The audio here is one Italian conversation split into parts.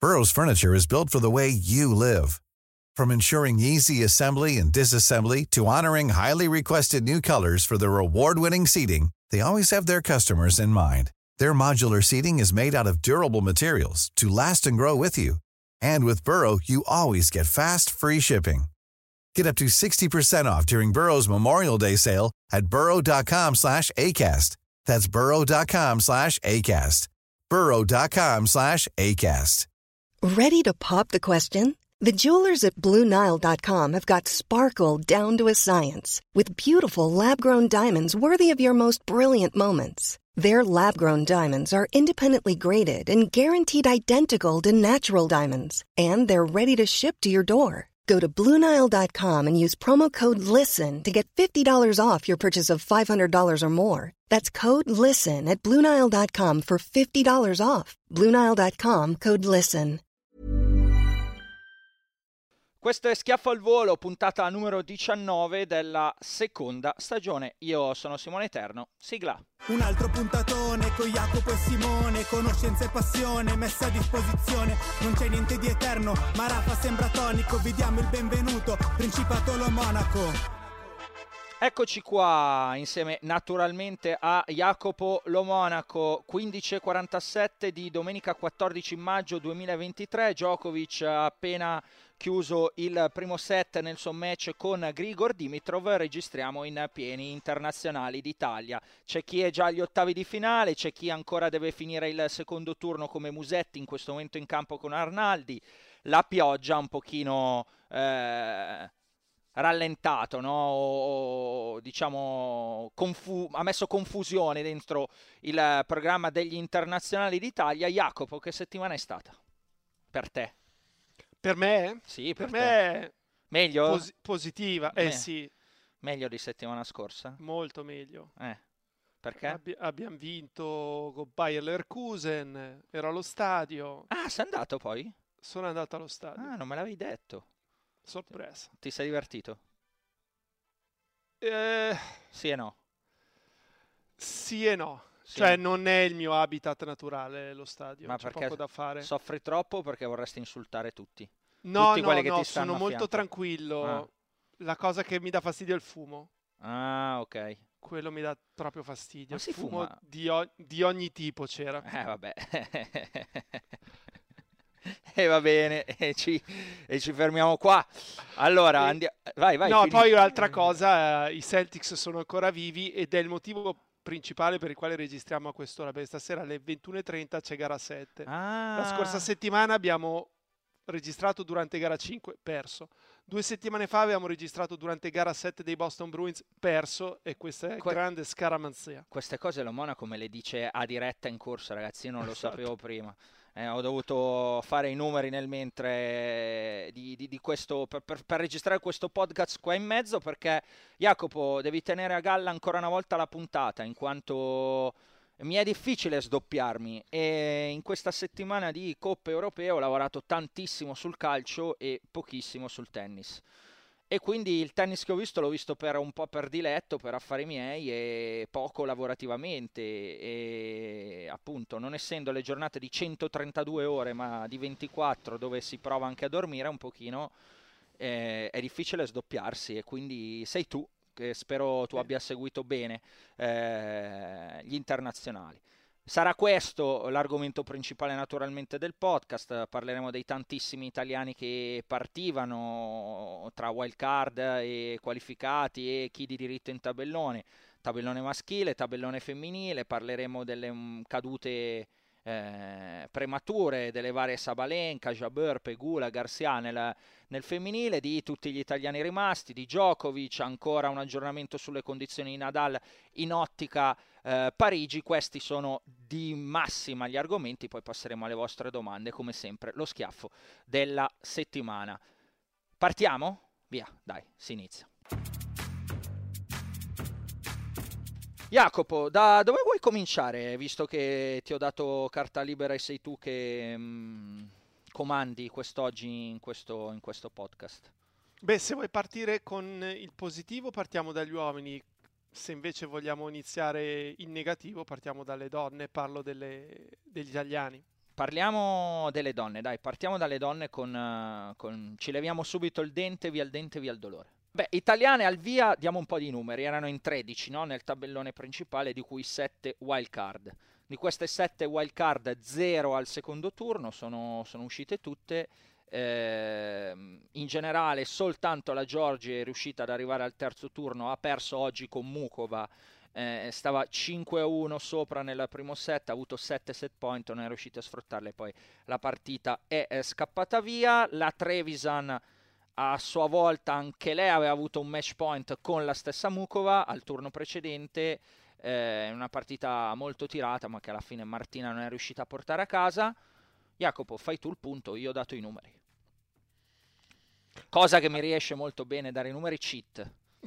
Burrow's furniture is built for the way you live. From ensuring easy assembly and disassembly to honoring highly requested new colors for their award-winning seating, they always have their customers in mind. Their modular seating is made out of durable materials to last and grow with you. And with Burrow, you always get fast, free shipping. Get up to 60% off during Burrow's Memorial Day sale at burrow.com/ACAST. That's burrow.com/ACAST. burrow.com/ACAST. Ready to pop the question? The jewelers at BlueNile.com have got sparkle down to a science with beautiful lab-grown diamonds worthy of your most brilliant moments. Their lab-grown diamonds are independently graded and guaranteed identical to natural diamonds, and they're ready to ship to your door. Go to BlueNile.com and use promo code LISTEN to get $50 off your purchase of $500 or more. That's code LISTEN at BlueNile.com for $50 off. BlueNile.com, code LISTEN. Questo è Schiaffo al Volo, puntata numero 19 della seconda stagione. Io sono Simone Eterno, sigla. Un altro puntatone con Jacopo e Simone, conoscenza e passione messa a disposizione. Non c'è niente di eterno, ma Rafa sembra tonico. Vi diamo il benvenuto, Principato Lo Monaco. Eccoci qua insieme naturalmente a Jacopo Lo Monaco, 15:47 di domenica 14 maggio 2023. Djokovic ha appena chiuso il primo set nel suo match con Grigor Dimitrov. Registriamo in pieni internazionali d'Italia. C'è chi è già agli ottavi di finale, c'è chi ancora deve finire il secondo turno come Musetti, in questo momento in campo con Arnaldi. La pioggia un pochino rallentato, no? O diciamo ha messo confusione dentro il programma degli internazionali d'Italia. Jacopo, che settimana è stata per te? Per me? Sì, per me meglio? Positiva, sì. Meglio di settimana scorsa? Molto meglio. Perché? Abbiamo vinto con Bayer Leverkusen, ero allo stadio. Ah, sei andato poi? Sono andato allo stadio. Ah, non me l'avevi detto. Sorpresa. Ti sei divertito? Sì e no? Sì e no. Sì. Cioè non è il mio habitat naturale lo stadio. Ma c'è perché poco da fare. soffri troppo o perché vorresti insultare tutti? No, tutti quelli che ti sono stanno a molto fianco? tranquillo. Ah. La cosa che mi dà fastidio è il fumo. Ah, ok. Quello mi dà proprio fastidio. Ma si Il fumo fuma? di ogni tipo c'era. Vabbè. E va bene, e ci fermiamo qua. Allora, vai. No, finisci. poi un'altra cosa, i Celtics sono ancora vivi ed è il motivo principale per il quale registriamo a quest'ora, perché stasera alle 21:30 c'è gara 7. La scorsa settimana abbiamo registrato durante gara 5, perso. 2 settimane fa abbiamo registrato durante gara 7 dei Boston Bruins, perso, e questa è grande scaramanzia. Queste cose Lo Monaco me le dice a diretta in corsa, ragazzi, io non lo sapevo prima. Ho dovuto fare i numeri nel mentre di questo per registrare questo podcast qua in mezzo, perché Jacopo devi tenere a galla ancora una volta la puntata, in quanto mi è difficile sdoppiarmi e in questa settimana di Coppe Europee ho lavorato tantissimo sul calcio e pochissimo sul tennis. E quindi il tennis che ho visto l'ho visto per un po' per diletto, per affari miei e poco lavorativamente, e appunto non essendo le giornate di 132 ore ma di 24 dove si prova anche a dormire un pochino, è difficile sdoppiarsi, e quindi sei tu, che spero tu abbia seguito bene gli internazionali. Sarà questo l'argomento principale naturalmente del podcast. Parleremo dei tantissimi italiani che partivano tra wildcard e qualificati e chi di diritto in tabellone maschile, tabellone femminile. Parleremo delle cadute premature delle varie Sabalenka, Jabeur, Pegula, Garcia nel femminile, di tutti gli italiani rimasti, di Djokovic, ancora un aggiornamento sulle condizioni di Nadal in ottica Parigi. Questi sono di massima gli argomenti, poi passeremo alle vostre domande, come sempre lo schiaffo della settimana. Partiamo? Via, dai, si inizia. Jacopo, da dove vuoi cominciare, visto che ti ho dato carta libera e sei tu che comandi quest'oggi in questo podcast? Beh, se vuoi partire con il positivo partiamo dagli uomini, se invece vogliamo iniziare in negativo partiamo dalle donne, parlo degli italiani. Parliamo delle donne, dai, partiamo dalle donne ci leviamo subito il dente, via il dolore. Beh, italiane al via, diamo un po' di numeri, erano in 13, no? Nel tabellone principale, di cui 7 wild card. Di queste 7 wild card, 0 al secondo turno, sono uscite tutte. In generale soltanto la Georgia è riuscita ad arrivare al terzo turno, ha perso oggi con Mukova, stava 5-1 sopra nel primo set, ha avuto 7 set point, non è riuscita a sfruttarle, poi la partita è scappata via. La Trevisan a sua volta anche lei aveva avuto un match point con la stessa Mukova al turno precedente, una partita molto tirata ma che alla fine Martina non è riuscita a portare a casa. Jacopo, fai tu il punto, io ho dato i numeri. Cosa che mi riesce molto bene, dare i numeri cheat.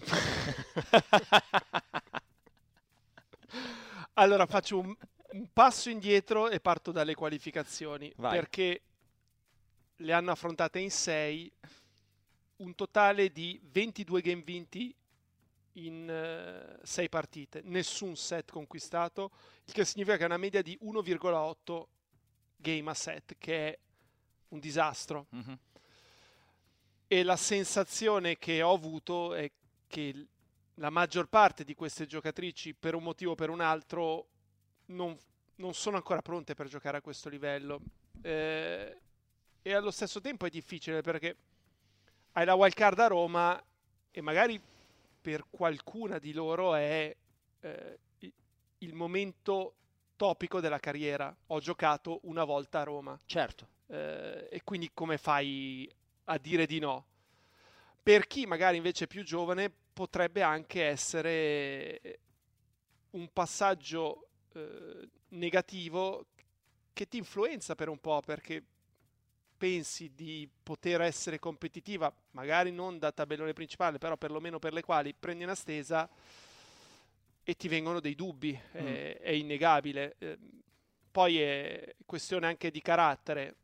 Allora faccio un passo indietro e parto dalle qualificazioni. Vai. Perché le hanno affrontate in 6, un totale di 22 game vinti in 6 partite, nessun set conquistato, il che significa che è una media di 1,8 game a set, che è un disastro. Mm-hmm. E la sensazione che ho avuto è che la maggior parte di queste giocatrici, per un motivo o per un altro, non sono ancora pronte per giocare a questo livello. E allo stesso tempo è difficile, perché hai la wild card a Roma e magari per qualcuna di loro è il momento topico della carriera. Ho giocato una volta a Roma. Certo. E quindi come fai a dire di no? Per chi magari invece è più giovane potrebbe anche essere un passaggio negativo che ti influenza per un po', perché pensi di poter essere competitiva, magari non da tabellone principale, però perlomeno per le quali prendi una stesa e ti vengono dei dubbi, è innegabile. Poi è questione anche di carattere.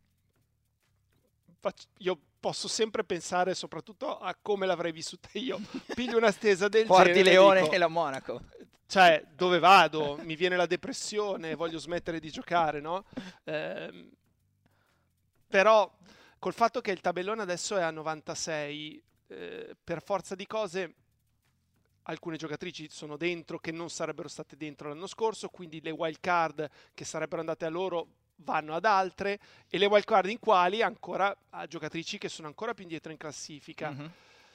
Io posso sempre pensare soprattutto a come l'avrei vissuta io. Piglio una stesa del genere Porti Leone e dico, e la Monaco. Cioè, dove vado? Mi viene la depressione, voglio smettere di giocare, no? Però col fatto che il tabellone adesso è a 96, per forza di cose alcune giocatrici sono dentro che non sarebbero state dentro l'anno scorso, quindi le wild card che sarebbero andate a loro vanno ad altre, e le wild card in quali ancora a giocatrici che sono ancora più indietro in classifica. Mm-hmm.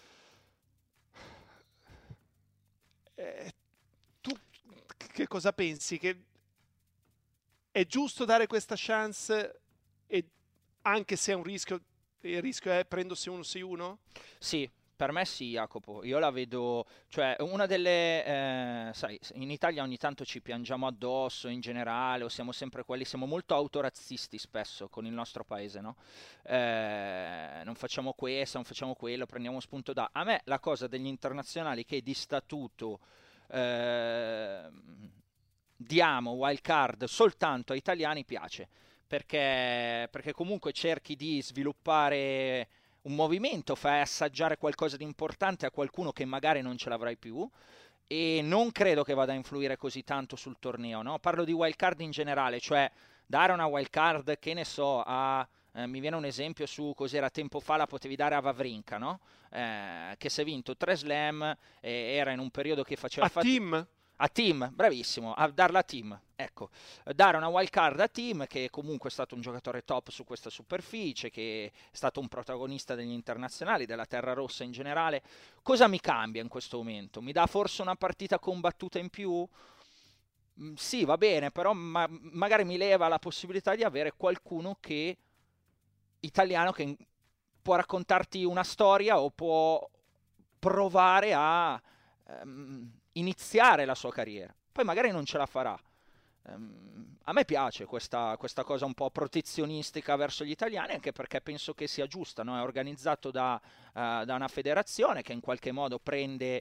Tu che cosa pensi? Che è giusto dare questa chance, e anche se è un rischio, il rischio è prendo 6-1? Sì, per me sì, Jacopo. Io la vedo, cioè una delle, sai, in Italia ogni tanto ci piangiamo addosso in generale, o siamo sempre quelli, siamo molto autorazzisti spesso con il nostro paese, no? Non facciamo questo, non facciamo quello, prendiamo spunto da... A me la cosa degli internazionali che di statuto diamo wild card soltanto ai italiani piace, perché comunque cerchi di sviluppare un movimento, fai assaggiare qualcosa di importante a qualcuno che magari non ce l'avrai più, e non credo che vada a influire così tanto sul torneo, no? Parlo di wild card in generale, cioè dare una wild card, che ne so, mi viene un esempio su cos'era tempo fa, la potevi dare a Wawrinka, no? Che si è vinto 3 slam, era in un periodo che faceva Team? A Team, bravissimo, a darla a Team, ecco, dare una wild card a Team, che comunque è stato un giocatore top su questa superficie, che è stato un protagonista degli internazionali, della Terra Rossa in generale. Cosa mi cambia in questo momento? Mi dà forse una partita combattuta in più? Sì, va bene, però magari mi leva la possibilità di avere qualcuno italiano che può raccontarti una storia o può provare a iniziare la sua carriera. Poi magari non ce la farà. A me piace questa cosa un po' protezionistica verso gli italiani, anche perché penso che sia giusta, no? È organizzato da una federazione che in qualche modo prende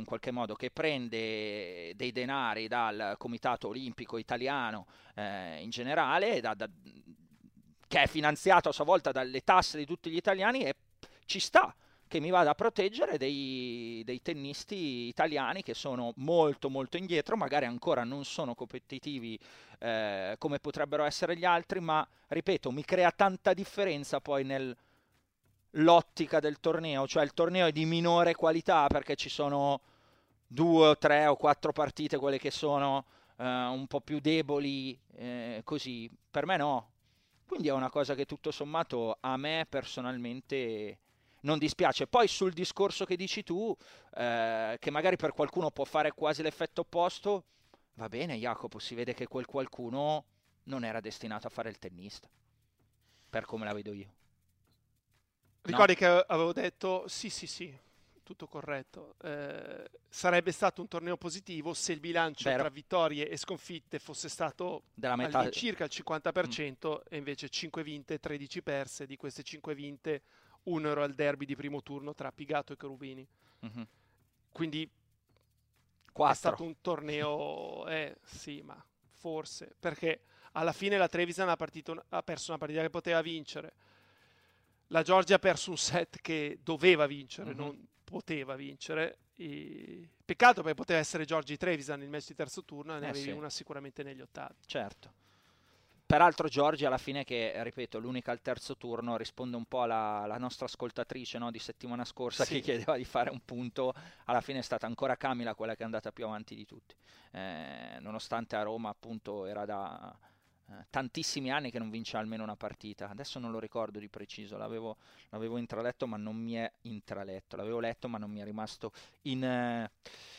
dei denari dal Comitato Olimpico Italiano in generale, che è finanziato a sua volta dalle tasse di tutti gli italiani, e ci sta che mi vada a proteggere dei tennisti italiani che sono molto molto indietro, magari ancora non sono competitivi come potrebbero essere gli altri, ma ripeto, mi crea tanta differenza poi nell'ottica del torneo, cioè il torneo è di minore qualità perché ci sono 2 o 3 o 4 partite, quelle che sono un po' più deboli, così, per me no. Quindi è una cosa che tutto sommato a me personalmente non dispiace. Poi sul discorso che dici tu, che magari per qualcuno può fare quasi l'effetto opposto, va bene Jacopo, si vede che quel qualcuno non era destinato a fare il tennista, per come la vedo io. Ricordi che avevo detto sì, tutto corretto. Sarebbe stato un torneo positivo se il bilancio tra vittorie e sconfitte fosse stato della metà, circa il 50%, e invece 5 vinte, 13 perse. Di queste 5 vinte, 1 ero al derby di primo turno tra Pigato e Cherubini. Quindi 4. È stato un torneo, sì, ma forse, perché alla fine la Trevisan ha perso una partita che poteva vincere. La Georgia ha perso un set che doveva vincere, non poteva vincere. Peccato, perché poteva essere Giorgi Trevisan il match di terzo turno, e ne avevi una sicuramente negli ottavi. Certo. Peraltro Giorgi alla fine, che ripeto, l'unica al terzo turno, risponde un po' alla nostra ascoltatrice, no, di settimana scorsa, che chiedeva di fare un punto. Alla fine è stata ancora Camila quella che è andata più avanti di tutti, nonostante a Roma appunto era da tantissimi anni che non vince almeno una partita. Adesso non lo ricordo di preciso, l'avevo intraletto ma non mi è intraletto, l'avevo letto ma non mi è rimasto in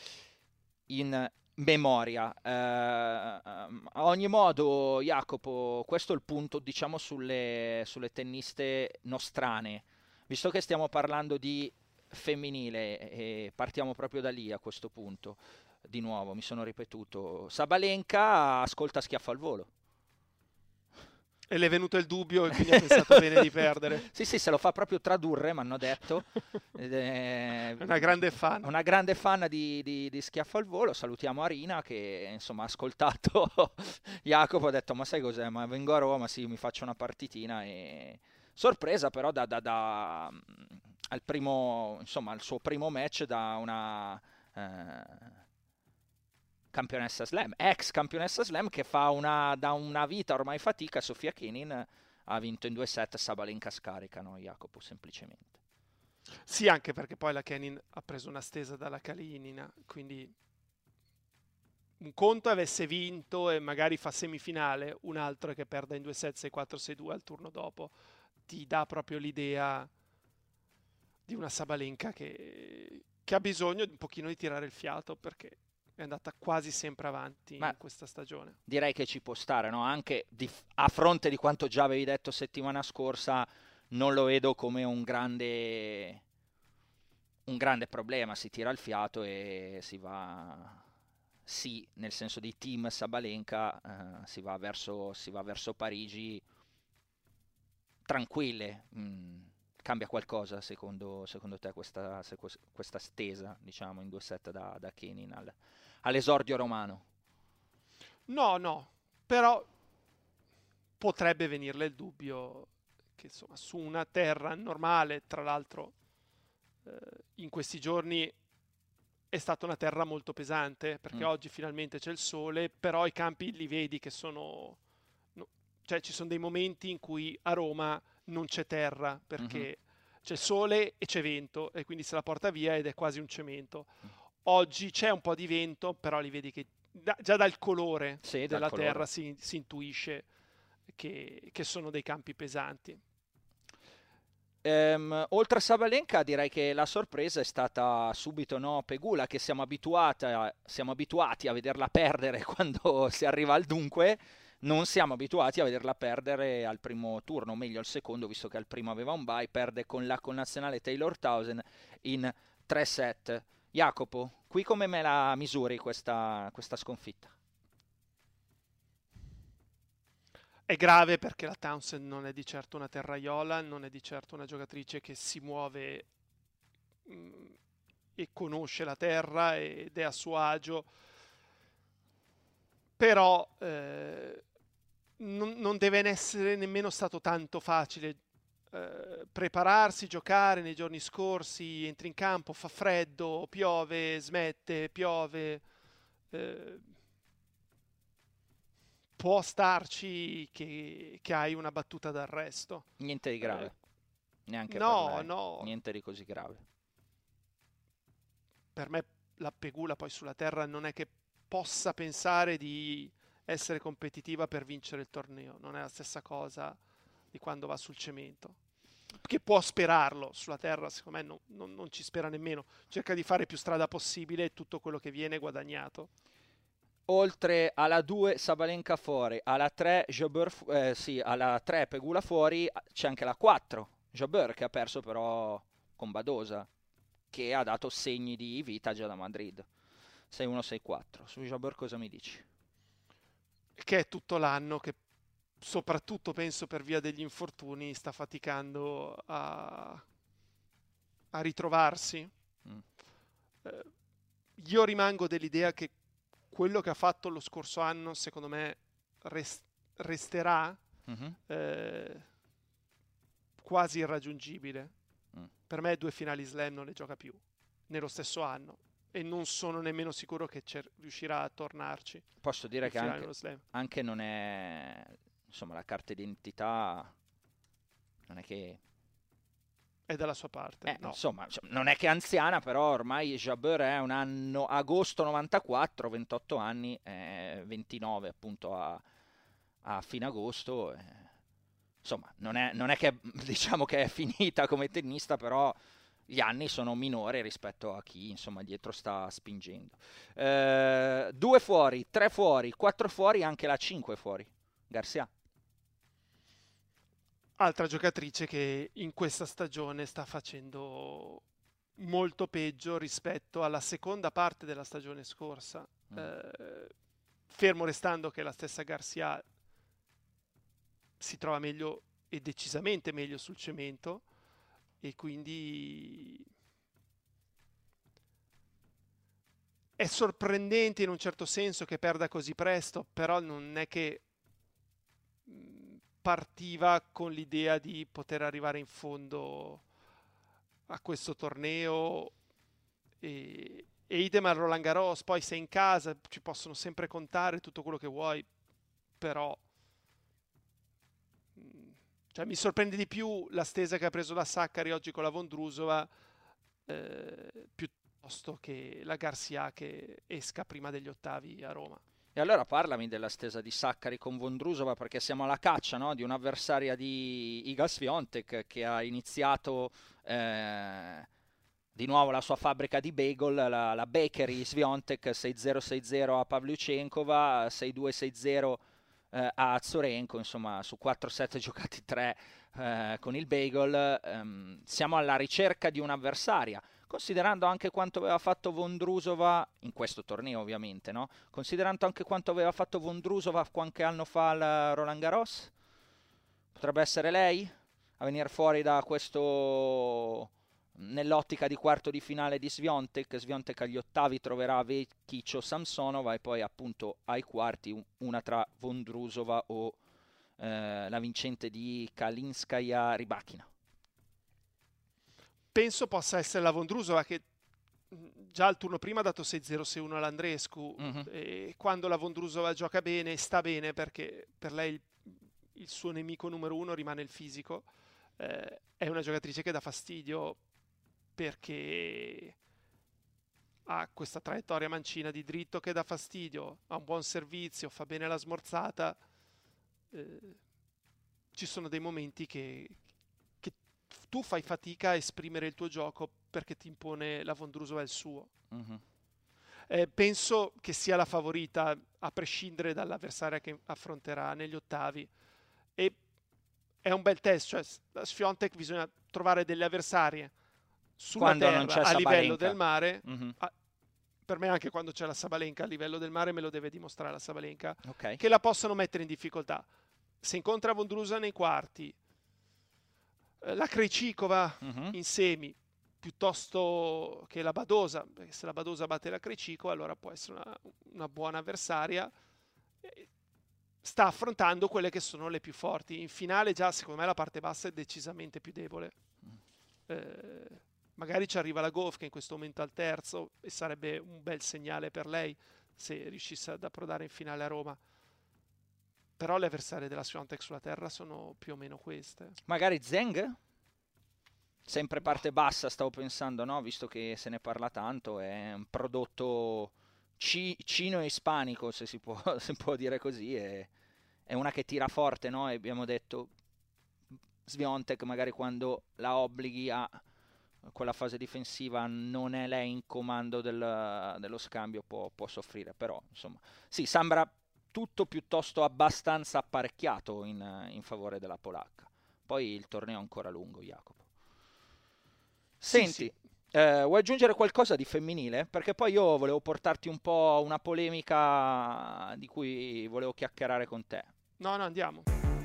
memoria. A ogni modo, Jacopo, questo è il punto, diciamo, sulle tenniste nostrane. Visto che stiamo parlando di femminile e partiamo proprio da lì a questo punto, di nuovo mi sono ripetuto, Sabalenka ascolta schiaffo al volo. E le è venuto il dubbio e quindi ha pensato bene di perdere. Sì, se lo fa proprio tradurre, mi hanno detto. Una grande fan. Una grande fan di schiaffo al volo. Salutiamo Arina che insomma ha ascoltato Jacopo, ha detto ma sai cos'è? Ma vengo a Roma, sì, mi faccio una partitina. E sorpresa però al primo, insomma, al suo primo match da una campionessa slam, ex campionessa slam, che fa da una vita ormai fatica. Sofia Kenin ha vinto in 2 set, Sabalenka scarica, no, Jacopo, semplicemente. Sì, anche perché poi la Kenin ha preso una stesa dalla Kalinina, quindi un conto avesse vinto e magari fa semifinale, un altro è che perda in 2 set 6-4, 6-2 al turno dopo. Ti dà proprio l'idea di una Sabalenka che ha bisogno un pochino di tirare il fiato, perché è andata quasi sempre avanti in questa stagione. Direi che ci può stare, no? Anche a fronte di quanto già avevi detto settimana scorsa, non lo vedo come un grande problema. Si tira il fiato e si va, sì, nel senso di team Sabalenka, si va verso Parigi tranquille. Cambia qualcosa secondo te questa stesa, diciamo, in 2 set da Kenin all'esordio romano? No, però potrebbe venirle il dubbio che insomma su una terra normale, tra l'altro in questi giorni è stata una terra molto pesante, perché oggi finalmente c'è il sole, però i campi li vedi che sono... cioè ci sono dei momenti in cui a Roma non c'è terra, perché c'è sole e c'è vento, e quindi se la porta via ed è quasi un cemento. Oggi c'è un po' di vento, però li vedi che già dal colore della terra si intuisce che sono dei campi pesanti. Oltre a Sabalenka, direi che la sorpresa è stata subito, no, Pegula, che siamo abituati a vederla perdere quando si arriva al dunque. Non siamo abituati a vederla perdere al primo turno, o meglio al secondo, visto che al primo aveva un bye. Perde con la connazionale Taylor Townsend in 3 set. Jacopo, qui come me la misuri questa sconfitta? È grave perché la Townsend non è di certo una terraiola, non è di certo una giocatrice che si muove e conosce la terra ed è a suo agio. Però non deve essere nemmeno stato tanto facile prepararsi, giocare nei giorni scorsi, entri in campo, fa freddo, piove, smette, piove, può starci che hai una battuta d'arresto. Niente di grave, neanche no, per lei. No. Niente di così grave. Per me la Pegula poi sulla terra non è che possa pensare di essere competitiva per vincere il torneo, non è la stessa cosa di quando va sul cemento, che può sperarlo. Sulla terra secondo me non ci spera nemmeno, cerca di fare più strada possibile e tutto quello che viene è guadagnato. Oltre alla 2 Sabalenka fuori, alla 3 alla 3 Pegula fuori, c'è anche la 4 Jabeur, che ha perso però con Badosa, che ha dato segni di vita già da Madrid. 6-1, 6-4. Su Jabeur cosa mi dici? Che è tutto l'anno che, soprattutto penso per via degli infortuni, sta faticando a ritrovarsi. Io rimango dell'idea che quello che ha fatto lo scorso anno, secondo me, resterà quasi irraggiungibile. Per me 2 finali slam non le gioca più nello stesso anno e non sono nemmeno sicuro che riuscirà a tornarci. Posso dire che anche non è, insomma, la carta d'identità non è che è dalla sua parte, no. Insomma, non è che è anziana, però ormai Jabeur è un anno, agosto 94, 28 anni, 29 appunto a fine agosto. Insomma, non è che diciamo che è finita come tennista, però gli anni sono minori rispetto a chi, insomma, dietro sta spingendo. 2 fuori, 3 fuori, 4 fuori, anche la 5 fuori. Garcia. Altra giocatrice che in questa stagione sta facendo molto peggio rispetto alla seconda parte della stagione scorsa. Fermo restando che la stessa Garcia si trova meglio e decisamente meglio sul cemento, e quindi è sorprendente in un certo senso che perda così presto, però non è che partiva con l'idea di poter arrivare in fondo a questo torneo, e idem al Roland Garros. Poi sei in casa, ci possono sempre contare tutto quello che vuoi, però cioè, mi sorprende di più la stesa che ha preso la Sakkari oggi con la Vondrousova piuttosto che la Garcia che esca prima degli ottavi a Roma. E allora parlami della stesa di Sakkari con Vondrousova, perché siamo alla caccia, no? Di un'avversaria di Iga Swiatek che ha iniziato di nuovo la sua fabbrica di bagel, la Bakery Swiatek, 6-0, 6-0 a Pavlyuchenkova, 6-2, 6-0 a Azarenka, insomma su 4 set giocati 3 con il bagel. Siamo alla ricerca di un'avversaria, considerando anche quanto aveva fatto Vondrousova in questo torneo, ovviamente, no? Considerando anche quanto aveva fatto Vondrousova qualche anno fa al Roland Garros, potrebbe essere lei a venire fuori da questo, nell'ottica di quarto di finale di Swiatek. Swiatek agli ottavi troverà Vekic o Samsonova, e poi appunto ai quarti una tra Vondrousova o la vincente di Kalinskaya Rybakina. Penso possa essere la Vondrousova, che già al turno prima ha dato 6-0, 6-1 all'Andreescu, e quando la Vondrousova gioca bene sta bene, perché per lei il suo nemico numero 1 rimane il fisico. È una giocatrice che dà fastidio perché ha questa traiettoria mancina di dritto che dà fastidio, ha un buon servizio, fa bene la smorzata. Ci sono dei momenti che tu fai fatica a esprimere il tuo gioco perché ti impone la Vondrousova il suo. Penso che sia la favorita a prescindere dall'avversaria che affronterà negli ottavi, e è un bel test. Cioè, a Swiatek bisogna trovare delle avversarie sulla quando terra non c'è a livello Sabalenka. del mare. Per me anche quando c'è la Sabalenka a livello del mare me lo deve dimostrare la Sabalenka, Okay. che la possono mettere in difficoltà. Se incontra Vondrousova nei quarti, la Krejcikova in semi, piuttosto che la Badosa, perché se la Badosa batte la Krejcikova allora può essere una buona avversaria. sta affrontando quelle che sono le più forti. In finale già secondo me la parte bassa è decisamente più debole. Magari ci arriva la Goff che in questo momento è al terzo e sarebbe un bel segnale per lei se riuscisse ad approdare in finale a Roma. Però le avversarie della Swiatek sulla terra sono più o meno queste. Magari Zheng? Sempre parte bassa, stavo pensando, no? Visto che se ne parla tanto, è un prodotto cino-ispanico, se si può dire così, è una che tira forte, no? E abbiamo detto, Swiatek magari quando la obblighi a quella fase difensiva non è lei in comando dello scambio, può soffrire, però insomma, sì, sembra tutto piuttosto abbastanza apparecchiato in favore della polacca. Poi il torneo è ancora lungo, Jacopo. Senti, sì. Vuoi aggiungere qualcosa di femminile? Perché poi io volevo portarti un po' una polemica di cui volevo chiacchierare con te. No, andiamo.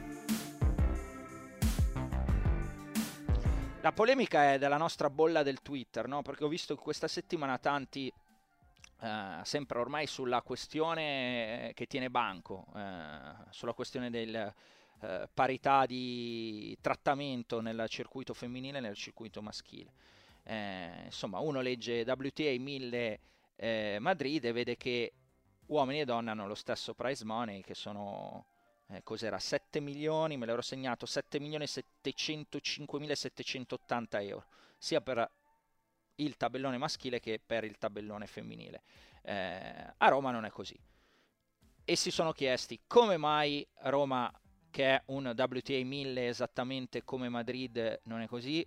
La polemica è della nostra bolla del Twitter, no? Perché ho visto che questa settimana tanti, sempre ormai sulla questione che tiene banco, sulla questione del parità di trattamento nel circuito femminile e nel circuito maschile. Insomma, uno legge WTA 1000 Madrid e vede che uomini e donne hanno lo stesso prize money, che sono... cos'era? 7 milioni, me l'ero segnato, 7.705.780 euro, sia per il tabellone maschile che per il tabellone femminile. A Roma non è così. E si sono chiesti come mai Roma, che è un WTA 1000 esattamente come Madrid, non è così.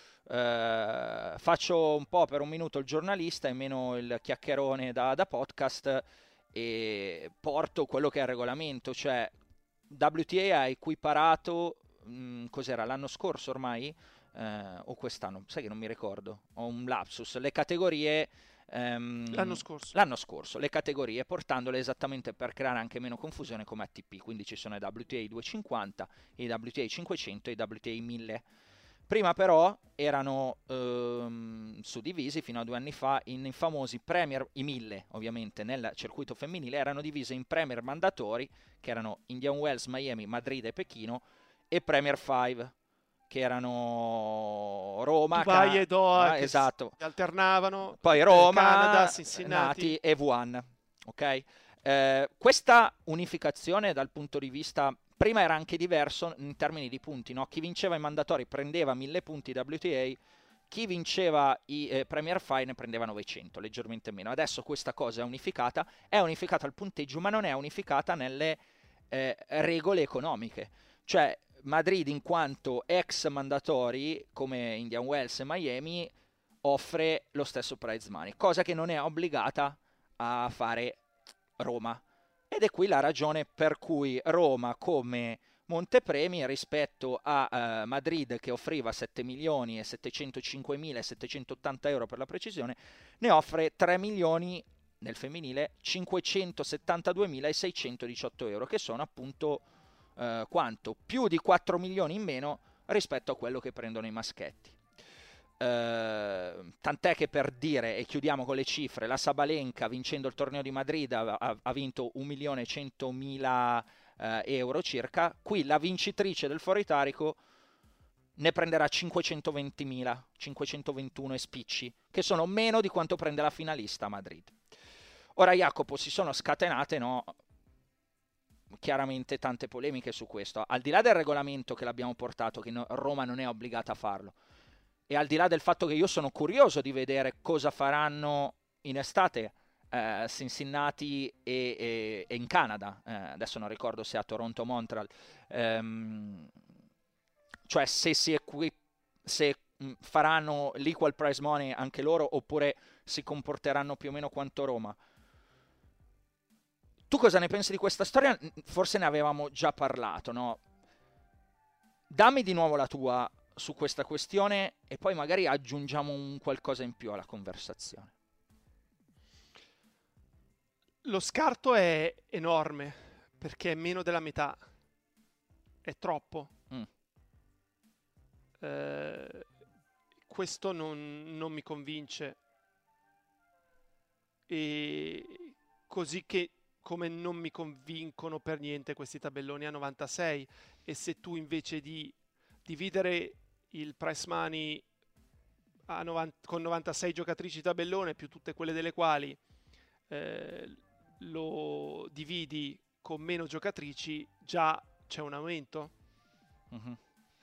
Faccio un po' per un minuto il giornalista e meno il chiacchierone da podcast e porto quello che è il regolamento, cioè WTA ha equiparato, cos'era, l'anno scorso ormai? O quest'anno? Sai che non mi ricordo, ho un lapsus. Le categorie... L'anno scorso, le categorie, portandole esattamente per creare anche meno confusione come ATP, quindi ci sono i WTA 250, i WTA 500 e i WTA 1000. Prima però erano suddivisi fino a 2 anni fa in famosi Premier, i 1000 ovviamente nel circuito femminile, erano divisi in Premier mandatori, che erano Indian Wells, Miami, Madrid e Pechino, e Premier 5, che erano Roma, Dubai e Doha, che esatto, si alternavano, poi Roma, Canada, Cincinnati e Wuhan. Ok? Questa unificazione dal punto di vista... Prima era anche diverso in termini di punti, no? Chi vinceva i mandatori prendeva 1000 punti WTA, chi vinceva i Premier 5 ne prendeva 900, leggermente meno. Adesso questa cosa è unificata al punteggio, ma non è unificata nelle regole economiche. Cioè Madrid, in quanto ex mandatori, come Indian Wells e Miami, offre lo stesso prize money, cosa che non è obbligata a fare Roma. Ed è qui la ragione per cui Roma, come montepremi, rispetto a Madrid, che offriva 7.705.780 euro per la precisione, ne offre 3 milioni nel femminile 572.618 euro, che sono appunto quanto? Più di 4 milioni in meno rispetto a quello che prendono i maschetti. Tant'è che, per dire, e chiudiamo con le cifre, la Sabalenka, vincendo il torneo di Madrid, ha vinto 1.100.000 euro circa. Qui la vincitrice del Foro Italico ne prenderà 520.000, 521 e spicci, che sono meno di quanto prende la finalista a Madrid. Ora, Jacopo, si sono scatenate, no, chiaramente tante polemiche su questo, al di là del regolamento che l'abbiamo portato, che Roma non è obbligata a farlo, e al di là del fatto che io sono curioso di vedere cosa faranno in estate Cincinnati e in Canada, adesso non ricordo se a Toronto o Montreal, cioè se faranno l'equal prize money anche loro oppure si comporteranno più o meno quanto Roma. Tu cosa ne pensi di questa storia? Forse ne avevamo già parlato, no? Dammi di nuovo la tua su questa questione e poi magari aggiungiamo un qualcosa in più alla conversazione. Lo scarto è enorme perché è meno della metà, è troppo. Questo non mi convince, e così che come non mi convincono per niente questi tabelloni a 96, e se tu invece di dividere il prize money con 96 giocatrici tabellone più tutte quelle delle quali lo dividi con meno giocatrici, già c'è un aumento. Mm-hmm.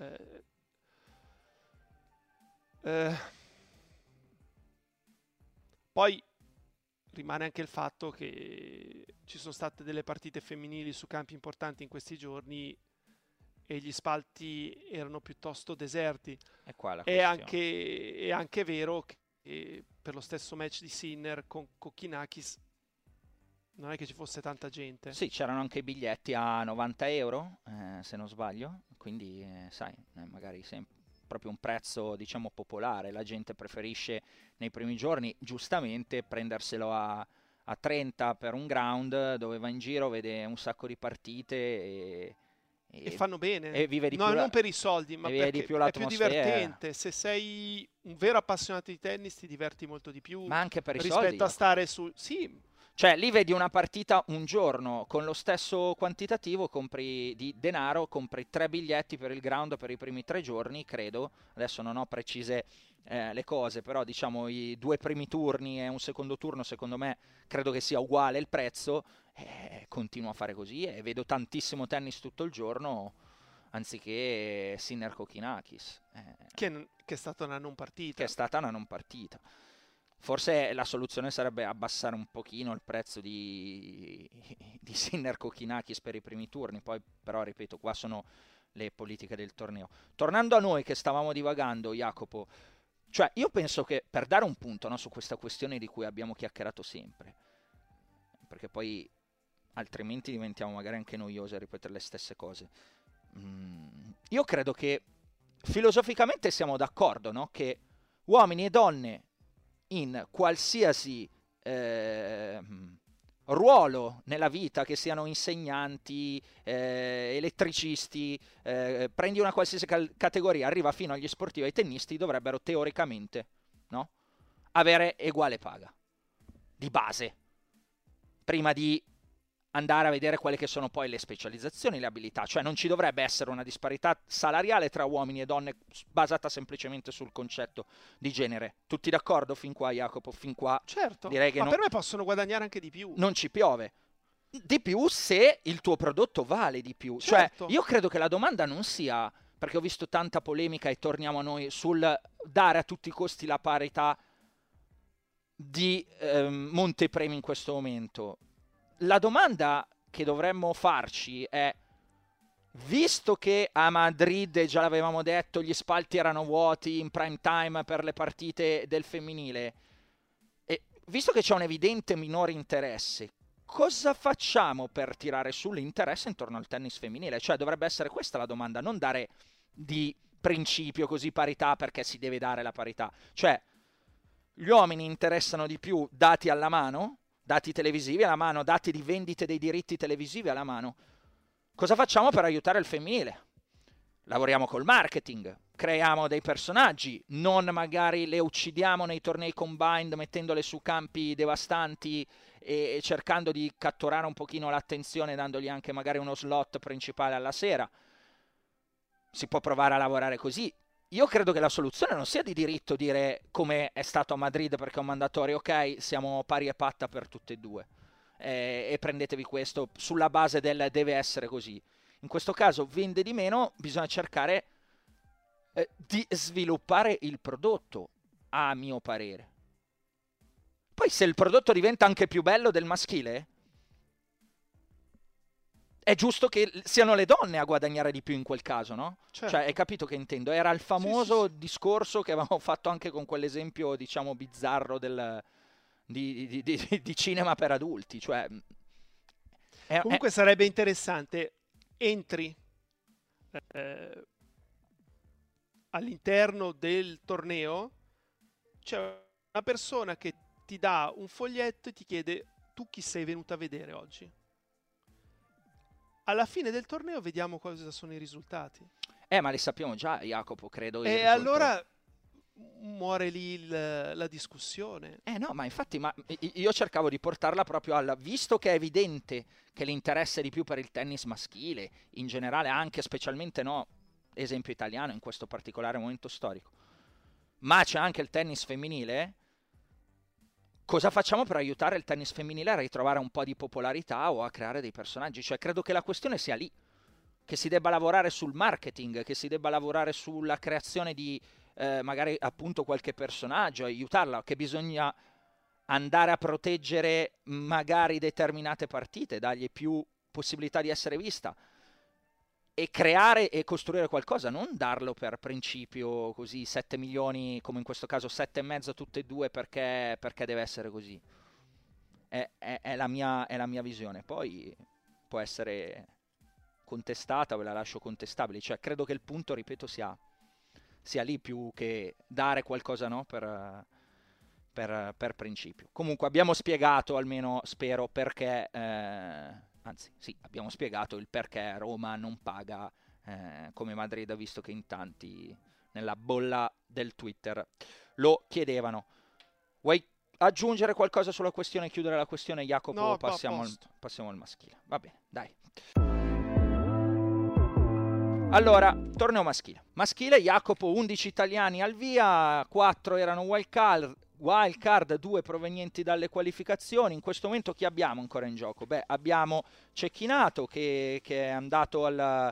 Poi rimane anche il fatto che ci sono state delle partite femminili su campi importanti in questi giorni e gli spalti erano piuttosto deserti. È anche vero che per lo stesso match di Sinner con Kokkinakis non è che ci fosse tanta gente. Sì, c'erano anche i biglietti a 90 euro, se non sbaglio, quindi sai, magari sempre proprio un prezzo, diciamo, popolare. La gente preferisce nei primi giorni, giustamente, prenderselo a 30 per un ground, dove va in giro, vede un sacco di partite e fanno bene. E vive di no, più non per i soldi, ma perché è più divertente. Se sei un vero appassionato di tennis ti diverti molto di più, ma anche per i rispetto soldi, a stare su... Sì. Cioè, lì vedi una partita un giorno, con lo stesso quantitativo di denaro, compri 3 biglietti per il ground per i primi 3 giorni, credo. Adesso non ho precise le cose, però diciamo i 2 primi turni e un secondo turno, secondo me, credo che sia uguale il prezzo. Continuo a fare così e vedo tantissimo tennis tutto il giorno, anziché Sinner Kokkinakis. Che è stata una non partita. Che è stata una non partita. Forse la soluzione sarebbe abbassare un pochino il prezzo di Sinner Kokkinakis per i primi turni, poi però ripeto, qua sono le politiche del torneo. Tornando a noi che stavamo divagando, Jacopo, cioè io penso che per dare un punto, no, su questa questione di cui abbiamo chiacchierato sempre, perché poi altrimenti diventiamo magari anche noiosi a ripetere le stesse cose, io credo che filosoficamente siamo d'accordo, no? Che uomini e donne in qualsiasi ruolo nella vita, che siano insegnanti, elettricisti, prendi una qualsiasi categoria, arriva fino agli sportivi e ai tennisti, dovrebbero teoricamente, no, avere uguale paga di base, prima di andare a vedere quelle che sono poi le specializzazioni, le abilità. Cioè non ci dovrebbe essere una disparità salariale tra uomini e donne basata semplicemente sul concetto di genere. Tutti d'accordo fin qua, Jacopo? Fin qua? Certo, direi che ma per me possono guadagnare anche di più. Non ci piove. Di più se il tuo prodotto vale di più. Certo. Cioè io credo che la domanda non sia, perché ho visto tanta polemica e torniamo a noi, sul dare a tutti i costi la parità di montepremi in questo momento. La domanda che dovremmo farci è, visto che a Madrid, già l'avevamo detto, gli spalti erano vuoti in prime time per le partite del femminile, e visto che c'è un evidente minore interesse, cosa facciamo per tirare sull'interesse intorno al tennis femminile? Cioè dovrebbe essere questa la domanda, non dare di principio così parità perché si deve dare la parità. Cioè gli uomini interessano di più dati alla mano, dati televisivi alla mano, dati di vendite dei diritti televisivi alla mano. Cosa facciamo per aiutare il femminile? Lavoriamo col marketing, creiamo dei personaggi, non magari le uccidiamo nei tornei combined mettendole su campi devastanti e cercando di catturare un pochino l'attenzione, dandogli anche magari uno slot principale alla sera. Si può provare a lavorare così. Io credo che la soluzione non sia di diritto dire, come è stato a Madrid, perché è un mandatorio, ok, siamo pari e patta per tutte e due, e prendetevi questo sulla base del deve essere così. In questo caso vende di meno, bisogna cercare di sviluppare il prodotto, a mio parere. Poi se il prodotto diventa anche più bello del maschile, è giusto che siano le donne a guadagnare di più in quel caso, no? Certo. Cioè, hai capito che intendo? Era il famoso discorso che avevamo fatto anche con quell'esempio, diciamo, bizzarro di cinema per adulti. Cioè, comunque sarebbe interessante, entri all'interno del torneo, c'è una persona che ti dà un foglietto e ti chiede: tu chi sei venuto a vedere oggi? Alla fine del torneo vediamo cosa sono i risultati. Ma li sappiamo già, Jacopo, credo. E allora muore lì la discussione. No, ma infatti io cercavo di portarla proprio visto che è evidente che l'interesse è di più per il tennis maschile, in generale anche specialmente esempio italiano in questo particolare momento storico, ma c'è anche il tennis femminile, cosa facciamo per aiutare il tennis femminile a ritrovare un po' di popolarità o a creare dei personaggi? Cioè credo che la questione sia lì, che si debba lavorare sul marketing, che si debba lavorare sulla creazione di magari appunto qualche personaggio, aiutarla, che bisogna andare a proteggere magari determinate partite, dargli più possibilità di essere vista e creare e costruire qualcosa, non darlo per principio così 7 milioni, come in questo caso 7,5 tutte e due perché deve essere così. È la mia visione, poi può essere contestata, ve la lascio contestabile, cioè credo che il punto, ripeto, sia lì più che dare qualcosa per principio. Comunque abbiamo spiegato, almeno spero, perché anzi sì, abbiamo spiegato il perché Roma non paga come Madrid, visto che in tanti nella bolla del Twitter lo chiedevano. Vuoi aggiungere qualcosa sulla questione, chiudere la questione, Jacopo? No, passiamo al maschile. Va bene, dai. Allora, torneo maschile. Maschile, Jacopo, 11 italiani al via, 4 erano wild card, 2 provenienti dalle qualificazioni. In questo momento chi abbiamo ancora in gioco? Beh, abbiamo Cecchinato che è andato al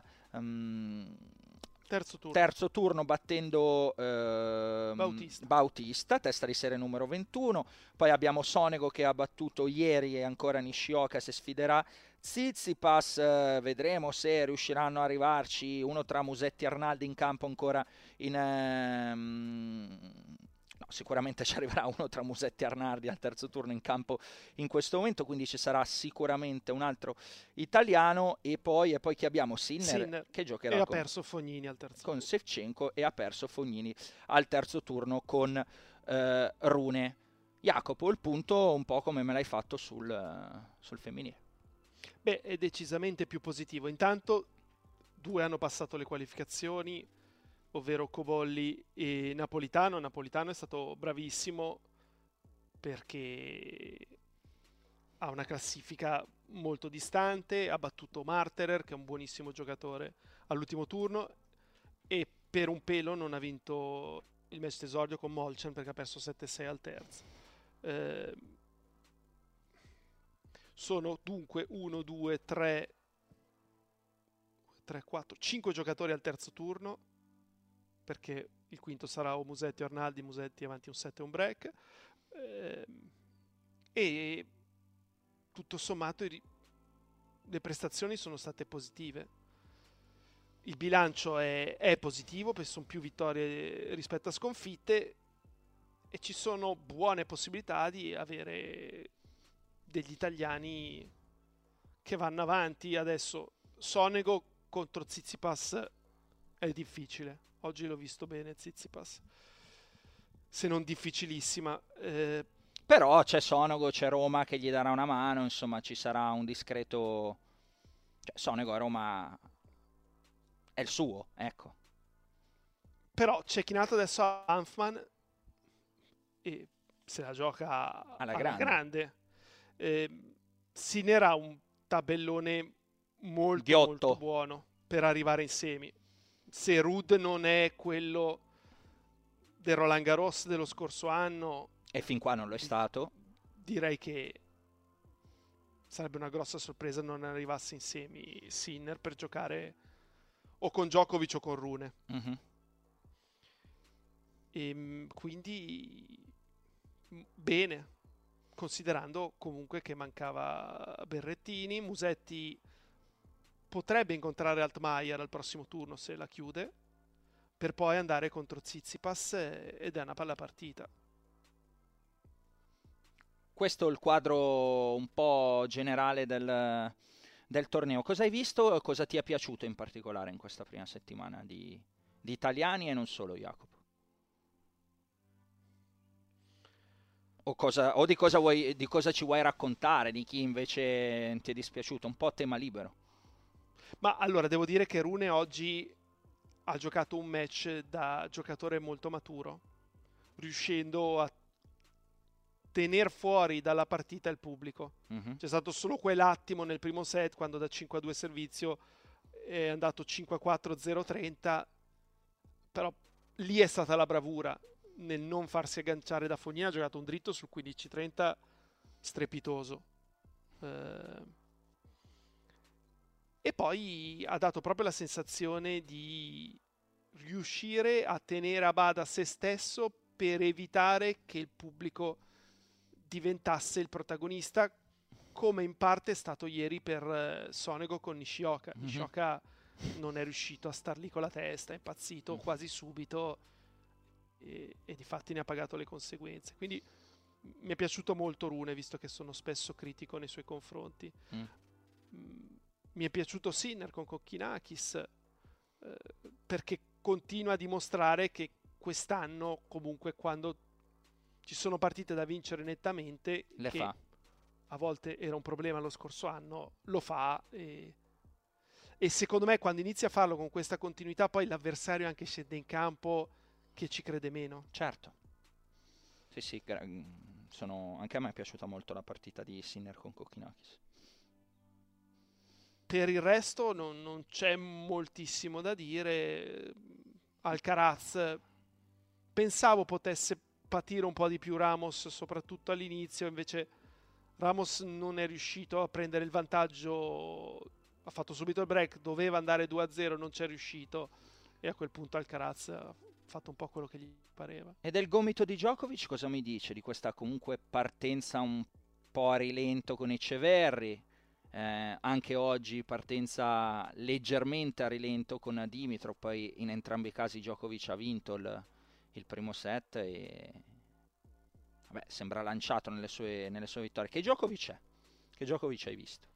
terzo turno battendo Bautista, testa di serie numero 21. Poi abbiamo Sonego che ha battuto ieri e ancora Nishioka se sfiderà Tsitsipas, vedremo se riusciranno ad arrivarci, uno tra Musetti e Arnaldi in campo ancora no, sicuramente ci arriverà uno tra Musetti e Arnaldi al terzo turno in campo in questo momento, quindi ci sarà sicuramente un altro italiano. E poi che abbiamo Sinner che giocherà e ha perso Fognini al terzo con Shevchenko e ha perso Fognini al terzo turno con Rune. Jacopo, il punto un po' come me l'hai fatto sul femminile. Beh, è decisamente più positivo. Intanto 2 hanno passato le qualificazioni, ovvero Cobolli e Napolitano. Napolitano è stato bravissimo perché ha una classifica molto distante, ha battuto Marterer, che è un buonissimo giocatore, all'ultimo turno, e per un pelo non ha vinto il match d'esordio con Molchen perché ha perso 7-6 al terzo. Sono dunque 1, 2, 3, 4, 5 giocatori al terzo turno, perché il quinto sarà o Musetti o Arnaldi, Musetti avanti un set e un break, e tutto sommato le prestazioni sono state positive. Il bilancio è positivo perché sono più vittorie rispetto a sconfitte e ci sono buone possibilità di avere degli italiani che vanno avanti. Adesso Sonego contro Tsitsipas è difficile. Oggi l'ho visto bene Tsitsipas, se non difficilissima. Però c'è Sonego, c'è Roma che gli darà una mano, insomma ci sarà un discreto... Cioè, Sonego a Roma è il suo, ecco. Però c'è Chinato adesso a Hanfman e se la gioca alla grande. Sinner ha un tabellone molto buono per arrivare in semi. Se Ruud non è quello del Roland Garros dello scorso anno, e fin qua non lo è stato, direi che sarebbe una grossa sorpresa non arrivasse in semi Sinner per giocare o con Djokovic o con Rune. E quindi bene, considerando comunque che mancava Berrettini. Musetti potrebbe incontrare Altmaier al prossimo turno se la chiude, per poi andare contro Tsitsipas ed è una bella partita. Questo è il quadro un po' generale del torneo. Cosa hai visto? Cosa ti è piaciuto in particolare in questa prima settimana di italiani e non solo, Jacopo? O di cosa ci vuoi raccontare, di chi invece ti è dispiaciuto? Un po' tema libero. Ma allora, devo dire che Rune oggi ha giocato un match da giocatore molto maturo, riuscendo a tener fuori dalla partita il pubblico. C'è stato solo quell'attimo nel primo set quando da 5-2 servizio è andato 5-4, 0-30, però lì è stata la bravura nel non farsi agganciare da Fognini. Ha giocato un dritto sul 15-30 strepitoso, e poi ha dato proprio la sensazione di riuscire a tenere a bada se stesso per evitare che il pubblico diventasse il protagonista, come in parte è stato ieri per Sonego con Nishioka. Nishioka non è riuscito a star lì con la testa, è impazzito quasi subito e difatti ne ha pagato le conseguenze. Quindi mi è piaciuto molto Rune, visto che sono spesso critico nei suoi confronti. Mi è piaciuto Sinner con Kokkinakis, perché continua a dimostrare che quest'anno comunque quando ci sono partite da vincere nettamente, le che fa. A volte era un problema lo scorso anno, lo fa, e secondo me quando inizia a farlo con questa continuità poi l'avversario anche scende in campo che ci crede meno. Certo. Sì, anche a me è piaciuta molto la partita di Sinner con Kokkinakis. Per il resto non c'è moltissimo da dire. Alcaraz pensavo potesse patire un po' di più Ramos, soprattutto all'inizio, invece Ramos non è riuscito a prendere il vantaggio, ha fatto subito il break, doveva andare 2-0, non c'è riuscito, e a quel punto Alcaraz ha fatto un po' quello che gli pareva. E del gomito di Djokovic cosa mi dice di questa comunque partenza un po' a rilento con Etcheverry? Anche oggi partenza leggermente a rilento con Dimitrov, poi in entrambi i casi Djokovic ha vinto il primo set e vabbè, sembra lanciato nelle sue vittorie. Che Djokovic è? Che Djokovic hai visto?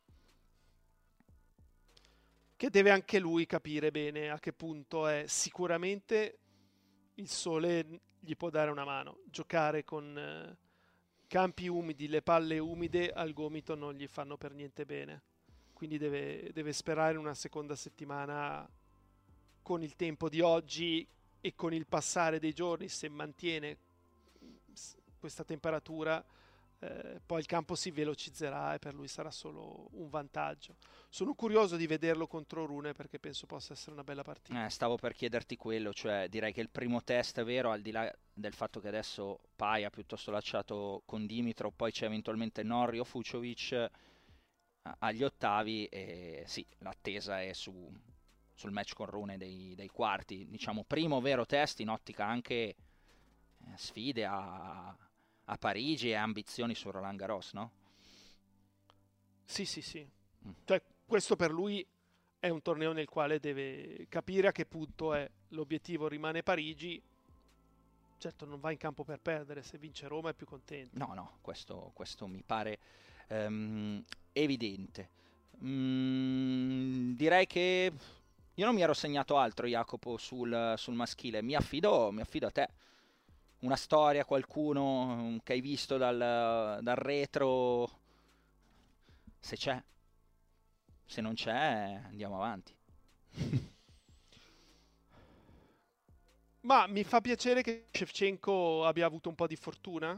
Che deve anche lui capire bene a che punto è. Sicuramente il sole gli può dare una mano. Giocare con campi umidi, le palle umide al gomito non gli fanno per niente bene, quindi deve sperare una seconda settimana con il tempo di oggi e con il passare dei giorni. Se mantiene questa temperatura poi il campo si velocizzerà e per lui sarà solo un vantaggio. Sono curioso di vederlo contro Rune perché penso possa essere una bella partita. Stavo per chiederti quello, cioè direi che il primo test è vero, al di là del fatto che adesso Pai ha piuttosto lasciato con Dimitrov, poi c'è eventualmente Norrie o Fuciovic agli ottavi, e sì, l'attesa è sul match con Rune dei quarti, diciamo primo vero test in ottica anche sfide a Parigi e ambizioni su Roland Garros, no? Sì. Cioè, questo per lui è un torneo nel quale deve capire a che punto è. L'obiettivo rimane Parigi. Certo, non va in campo per perdere, se vince Roma è più contento. No, questo mi pare evidente. Direi che io non mi ero segnato altro, Jacopo, sul maschile. Mi affido a te. Una storia, qualcuno che hai visto dal retro, se c'è. Se non c'è, andiamo avanti. Ma mi fa piacere che Shevchenko abbia avuto un po' di fortuna,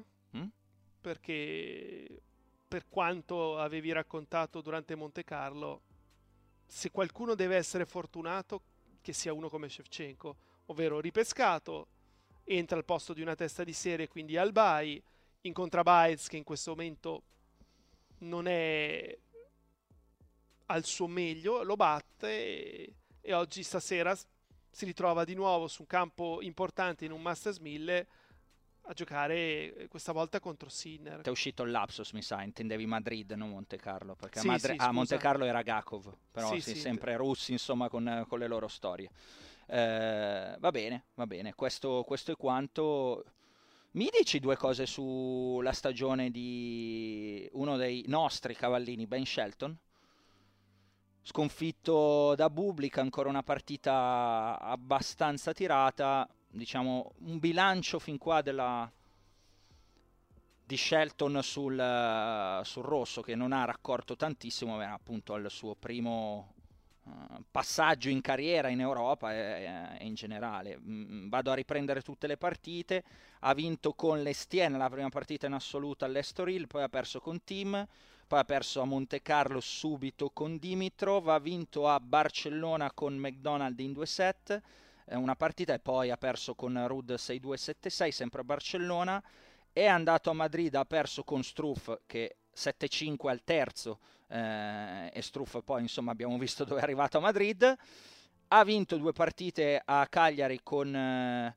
perché per quanto avevi raccontato durante Monte Carlo, se qualcuno deve essere fortunato, che sia uno come Shevchenko, ovvero ripescato, entra al posto di una testa di serie, quindi Albay, incontra Baez che in questo momento non è al suo meglio, lo batte e oggi stasera si ritrova di nuovo su un campo importante in un Masters 1000 a giocare questa volta contro Sinner. Ti è uscito il lapsus, mi sa, intendevi Madrid, non Monte Carlo, perché sì, Monte Carlo era Gakov, però sì, sempre russi, insomma, con le loro storie. Va bene, questo è quanto. Mi dici due cose sulla stagione di uno dei nostri cavallini, Ben Shelton? Sconfitto da Bublik, ancora una partita abbastanza tirata, diciamo un bilancio fin qua di Shelton sul rosso, che non ha raccolto tantissimo, era appunto al suo primo passaggio in carriera in Europa e in generale. Vado a riprendere tutte le partite. Ha vinto con l'Estienne la prima partita in assoluto all'Estoril, poi ha perso con Thiem, poi ha perso a Monte Carlo subito con Dimitrov, ha vinto a Barcellona con McDonald in 2 set una partita, e poi ha perso con Ruud 6-2 7-6 sempre a Barcellona. È andato a Madrid, ha perso con Struff che 7-5 al terzo, e Struff poi insomma abbiamo visto dove è arrivato a Madrid. Ha vinto 2 partite a Cagliari con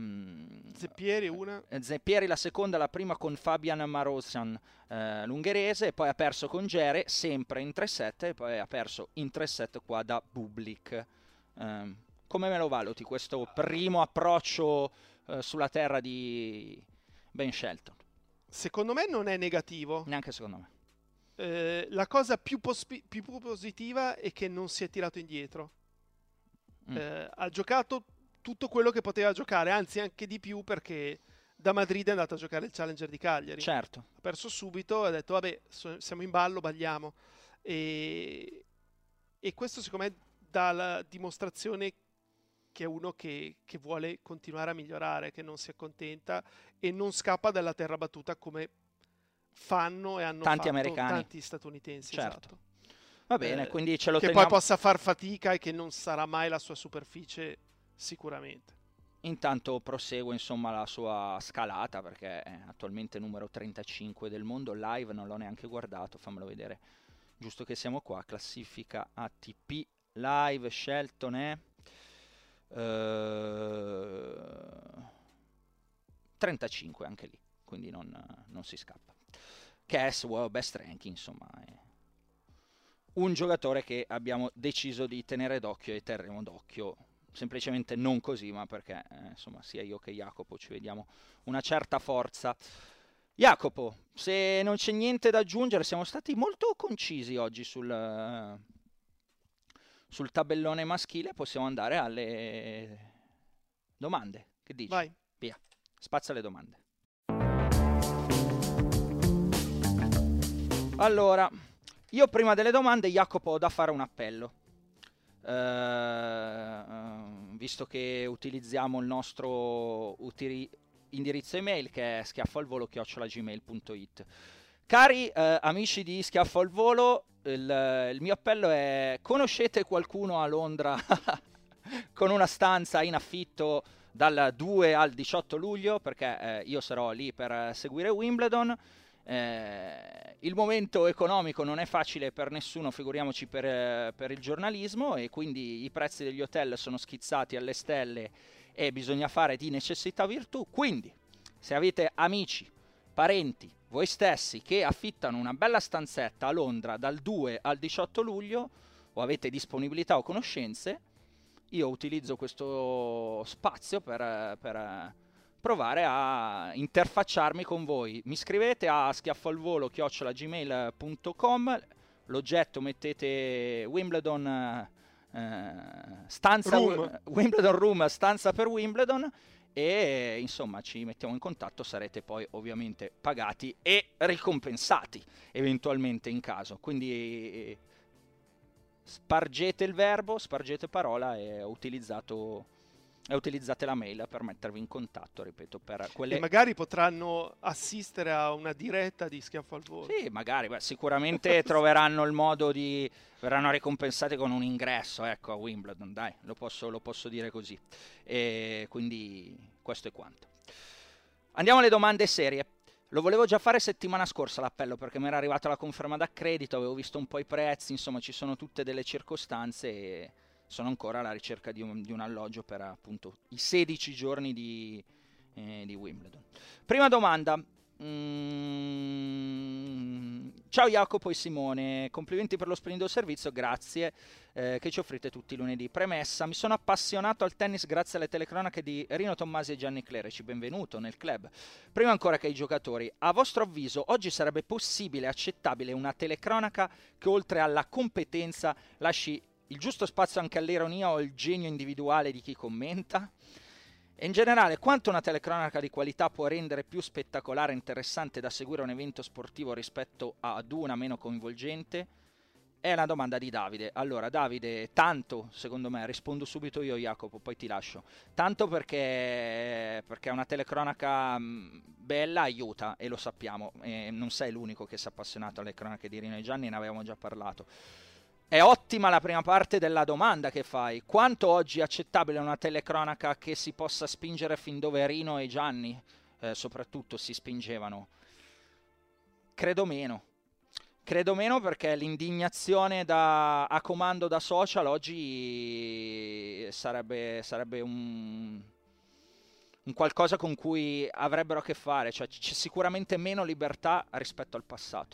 Zeppieri la seconda, la prima con Fabian Marozsan, l'ungherese, e poi ha perso con Gere sempre in 3-7, e poi ha perso in 3-7 qua da Bublik. Come me lo valuti questo primo approccio sulla terra di Ben Shelton? Secondo me non è negativo. Neanche secondo me. La cosa più positiva è che non si è tirato indietro. Ha giocato tutto quello che poteva giocare, anzi anche di più, perché da Madrid è andato a giocare il Challenger di Cagliari. Certo. Ha perso subito, ha detto vabbè, siamo in ballo, balliamo. E questo secondo me dà la dimostrazione che è uno che vuole continuare a migliorare, che non si accontenta e non scappa dalla terra battuta come fanno e hanno tanti fatto americani, tanti statunitensi. Certo. Esatto. Va bene, quindi ce lo che teniamo. poi possa far fatica e che non sarà mai la sua superficie sicuramente. Intanto prosegue insomma la sua scalata, perché è attualmente numero 35 del mondo live, non l'ho neanche guardato, fammelo vedere giusto che siamo qua. Classifica ATP live, Shelton è 35 anche lì, quindi non si scappa. Cass, best ranking, insomma è un giocatore che abbiamo deciso di tenere d'occhio e terremo d'occhio, semplicemente non così, ma perché insomma sia io che Jacopo ci vediamo una certa forza. Jacopo, se non c'è niente da aggiungere, siamo stati molto concisi oggi sul tabellone maschile, possiamo andare alle domande. Che dici? Vai. Via, spazio alle domande. Allora, io prima delle domande, Jacopo, ho da fare un appello. Visto che utilizziamo il nostro indirizzo email, che è schiaffalvolo@gmail.it. Cari amici di Schiaffo al Volo, il mio appello è: conoscete qualcuno a Londra con una stanza in affitto dal 2 al 18 luglio? Perché io sarò lì per seguire Wimbledon. Il momento economico non è facile per nessuno, figuriamoci per il giornalismo, e quindi i prezzi degli hotel sono schizzati alle stelle e bisogna fare di necessità virtù. Quindi se avete amici, parenti, voi stessi che affittano una bella stanzetta a Londra dal 2 al 18 luglio o avete disponibilità o conoscenze, io utilizzo questo spazio per provare a interfacciarmi con voi. Mi scrivete a schiaffalvolo@gmail.com, l'oggetto mettete Wimbledon stanza Wimbledon Room, stanza per Wimbledon, e insomma ci mettiamo in contatto. Sarete poi ovviamente pagati e ricompensati eventualmente in caso, quindi spargete il verbo, spargete parola e utilizzate la mail per mettervi in contatto, ripeto, per quelle... E magari potranno assistere a una diretta di Schiaffo al Volo. Sì, magari, sicuramente troveranno il modo verranno ricompensati con un ingresso, ecco, a Wimbledon, dai, lo posso dire così. E quindi questo è quanto. Andiamo alle domande serie. Lo volevo già fare settimana scorsa l'appello, perché mi era arrivata la conferma d'accredito, avevo visto un po' i prezzi, insomma ci sono tutte delle circostanze e sono ancora alla ricerca di un alloggio per appunto i 16 giorni di Wimbledon. Prima domanda. Ciao Jacopo e Simone, complimenti per lo splendido servizio, grazie, che ci offrite tutti i lunedì. Premessa: mi sono appassionato al tennis grazie alle telecronache di Rino Tommasi e Gianni Clerici, benvenuto nel club. Prima ancora che ai giocatori, a vostro avviso oggi sarebbe possibile, accettabile una telecronaca che oltre alla competenza lasci il giusto spazio anche all'ironia o il genio individuale di chi commenta? E in generale, quanto una telecronaca di qualità può rendere più spettacolare e interessante da seguire un evento sportivo rispetto ad una meno coinvolgente? È una domanda di Davide. Allora, Davide, tanto, secondo me, rispondo subito io, Jacopo, poi ti lascio. Tanto perché una telecronaca bella aiuta, e lo sappiamo. E non sei l'unico che si è appassionato alle cronache di Rino e Gianni, ne avevamo già parlato. È ottima la prima parte della domanda che fai. Quanto oggi è accettabile una telecronaca che si possa spingere fin dove Rino e Gianni, soprattutto, si spingevano? Credo meno. Credo meno, perché l'indignazione a comando da social oggi sarebbe un qualcosa con cui avrebbero a che fare, cioè c'è sicuramente meno libertà rispetto al passato.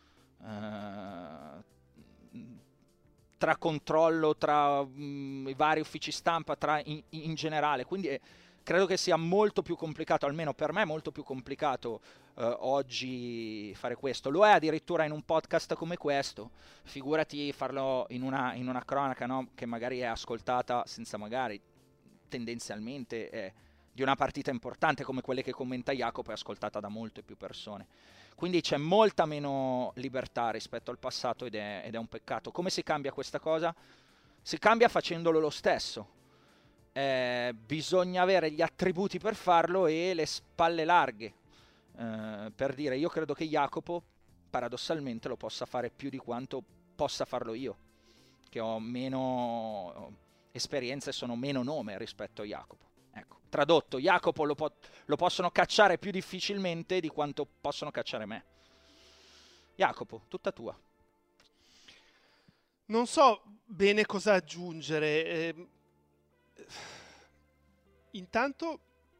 Tra controllo, tra i vari uffici stampa, in generale, quindi credo che sia molto più complicato, almeno per me è molto più complicato oggi fare questo. Lo è addirittura in un podcast come questo, figurati farlo in una cronaca, no? Che magari è ascoltata, senza magari, tendenzialmente di una partita importante come quelle che commenta Jacopo, è ascoltata da molte più persone. Quindi c'è molta meno libertà rispetto al passato ed è un peccato. Come si cambia questa cosa? Si cambia facendolo lo stesso. Bisogna avere gli attributi per farlo e le spalle larghe. Per dire, io credo che Jacopo paradossalmente lo possa fare più di quanto possa farlo io, che ho meno esperienza e sono meno nome rispetto a Jacopo. Ecco, tradotto, Jacopo lo possono cacciare più difficilmente di quanto possono cacciare me. Jacopo, tutta tua. Non so bene cosa aggiungere. Intanto,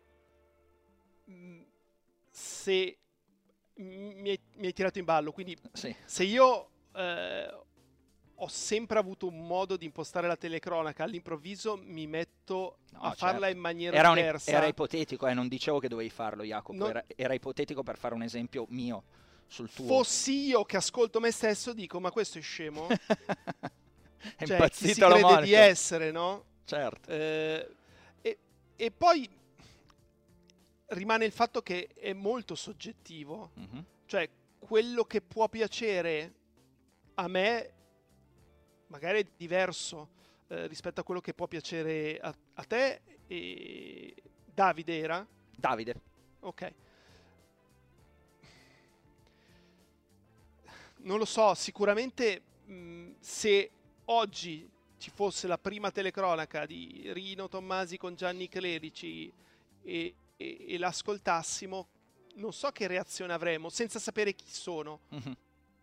se mi hai tirato in ballo, quindi sì. Se io ho sempre avuto un modo di impostare la telecronaca, all'improvviso mi metto a farla in maniera diversa. Era ipotetico, non dicevo che dovevi farlo, Jacopo, era ipotetico per fare un esempio mio sul tuo. Fossi io che ascolto me stesso, dico, ma questo è scemo? È cioè, impazzito, chi si crede Monaco di essere, no? Certo. E poi rimane il fatto che è molto soggettivo. Mm-hmm. Cioè, quello che può piacere a me magari è diverso rispetto a quello che può piacere a te. E Davide era? Davide. Ok. Non lo so, sicuramente se oggi ci fosse la prima telecronaca di Rino Tommasi con Gianni Clerici e l'ascoltassimo, non so che reazione avremmo, senza sapere chi sono. Mm-hmm.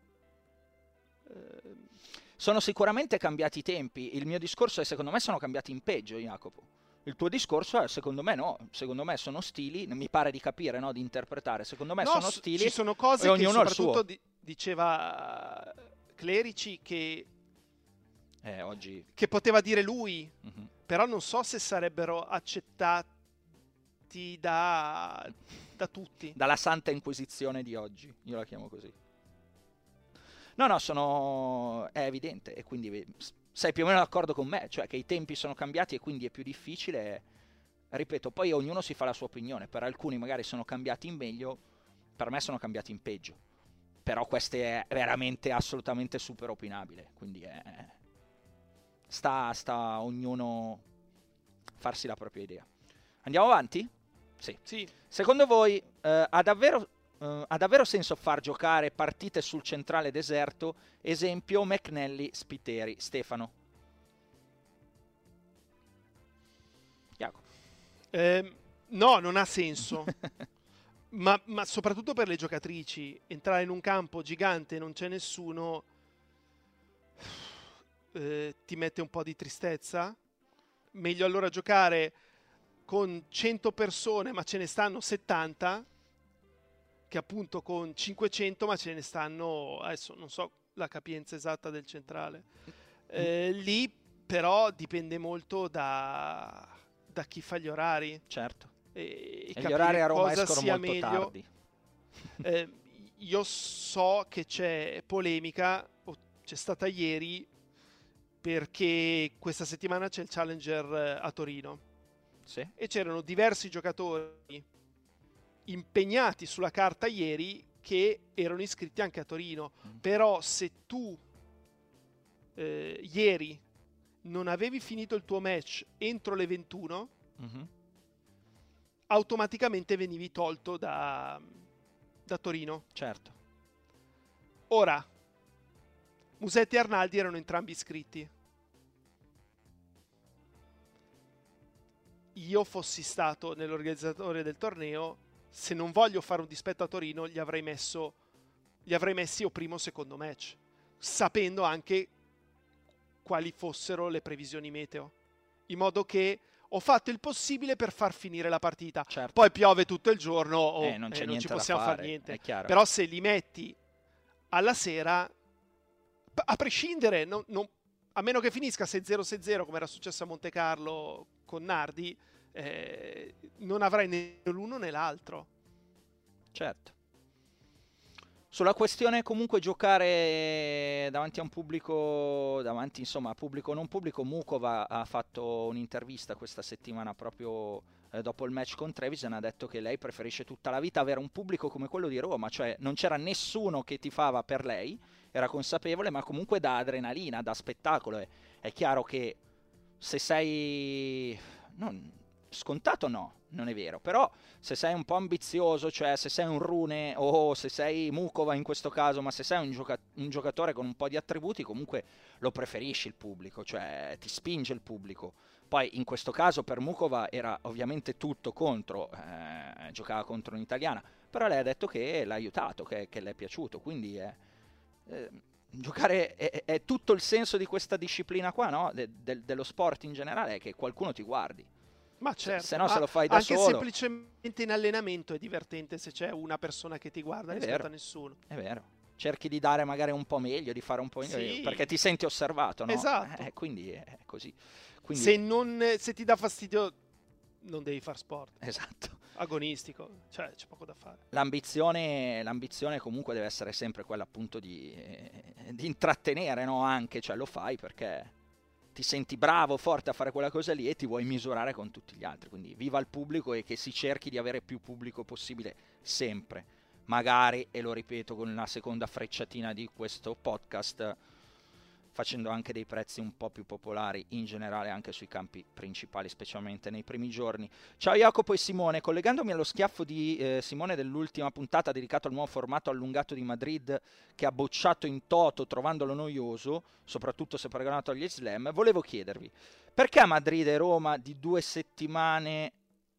Sono sicuramente cambiati i tempi. Il mio discorso è, secondo me, sono cambiati in peggio, Jacopo. Il tuo discorso è, secondo me no. Secondo me sono stili, mi pare di capire, no? Di interpretare. Secondo me sono stili. Ci sono cose e che soprattutto diceva Clerici che oggi che poteva dire lui, mm-hmm. Però non so se sarebbero accettati da tutti. Dalla Santa Inquisizione di oggi, io la chiamo così. No, è evidente, e quindi sei più o meno d'accordo con me, cioè che i tempi sono cambiati e quindi è più difficile. Ripeto, poi ognuno si fa la sua opinione. Per alcuni magari sono cambiati in meglio, per me sono cambiati in peggio. Però questo è veramente assolutamente super opinabile, quindi sta ognuno farsi la propria idea. Andiamo avanti? Sì. Secondo voi ha davvero senso far giocare partite sul centrale deserto? Esempio McNally, Spiteri. Stefano. Jacopo. No, non ha senso. ma soprattutto per le giocatrici. Entrare in un campo gigante e non c'è nessuno ti mette un po' di tristezza. Meglio allora giocare con 100 persone ma ce ne stanno 70, che appunto con 500 ma ce ne stanno, adesso non so la capienza esatta del centrale. Lì però dipende molto da chi fa gli orari. Certo. E gli orari a Roma cosa escono sia molto meglio. Tardi. Io so che c'è polemica, c'è stata ieri, perché questa settimana c'è il Challenger a Torino. Sì. E c'erano diversi giocatori impegnati sulla carta ieri che erano iscritti anche a Torino. Però se tu ieri non avevi finito il tuo match entro le 21, automaticamente venivi tolto da Torino. Certo. Ora, Musetti e Arnaldi erano entrambi iscritti. Io fossi stato nell'organizzatore del torneo, se non voglio fare un dispetto a Torino, li avrei messi o primo o secondo match, sapendo anche quali fossero le previsioni meteo, in modo che ho fatto il possibile per far finire la partita. Certo. Poi piove tutto il giorno, non ci possiamo fare niente. Però se li metti alla sera, a prescindere, a meno che finisca 6-0 come era successo a Monte Carlo con Nardi, non avrai né l'uno né l'altro. Certo. Sulla questione comunque giocare davanti a un pubblico, insomma, pubblico o non pubblico, Mukova ha fatto un'intervista questa settimana proprio dopo il match con Trevisan, ha detto che lei preferisce tutta la vita avere un pubblico come quello di Roma, cioè non c'era nessuno che tifava per lei, era consapevole, ma comunque dà adrenalina, dà spettacolo. È chiaro che se sei... scontato no, non è vero, però se sei un po' ambizioso, cioè se sei un Rune o se sei Mukova in questo caso, ma se sei un giocatore con un po' di attributi, comunque lo preferisci il pubblico, cioè ti spinge il pubblico. Poi in questo caso per Mukova era ovviamente tutto contro, giocava contro un'italiana, però lei ha detto che l'ha aiutato, che le è piaciuto, quindi giocare è tutto il senso di questa disciplina qua, no? Dello sport in generale, è che qualcuno ti guardi. Ma certo, se no se lo fai da solo. Anche semplicemente in allenamento è divertente se c'è una persona che ti guarda rispetto a nessuno. È vero. Cerchi di dare magari un po' meglio, di fare un po' meglio, perché ti senti osservato, no? Esatto. Quindi è così. Quindi... Se ti dà fastidio non devi far sport. Esatto. Agonistico, cioè c'è poco da fare. L'ambizione comunque deve essere sempre quella appunto di intrattenere, no? Anche, cioè lo fai perché ti senti bravo, forte a fare quella cosa lì e ti vuoi misurare con tutti gli altri, quindi viva il pubblico e che si cerchi di avere più pubblico possibile sempre, magari, e lo ripeto con la seconda frecciatina di questo podcast, facendo anche dei prezzi un po' più popolari in generale anche sui campi principali, specialmente nei primi giorni. Ciao Jacopo e Simone, collegandomi allo schiaffo di Simone dell'ultima puntata dedicato al nuovo formato allungato di Madrid che ha bocciato in toto trovandolo noioso, soprattutto se paragonato agli slam, volevo chiedervi perché Madrid e Roma di 2 settimane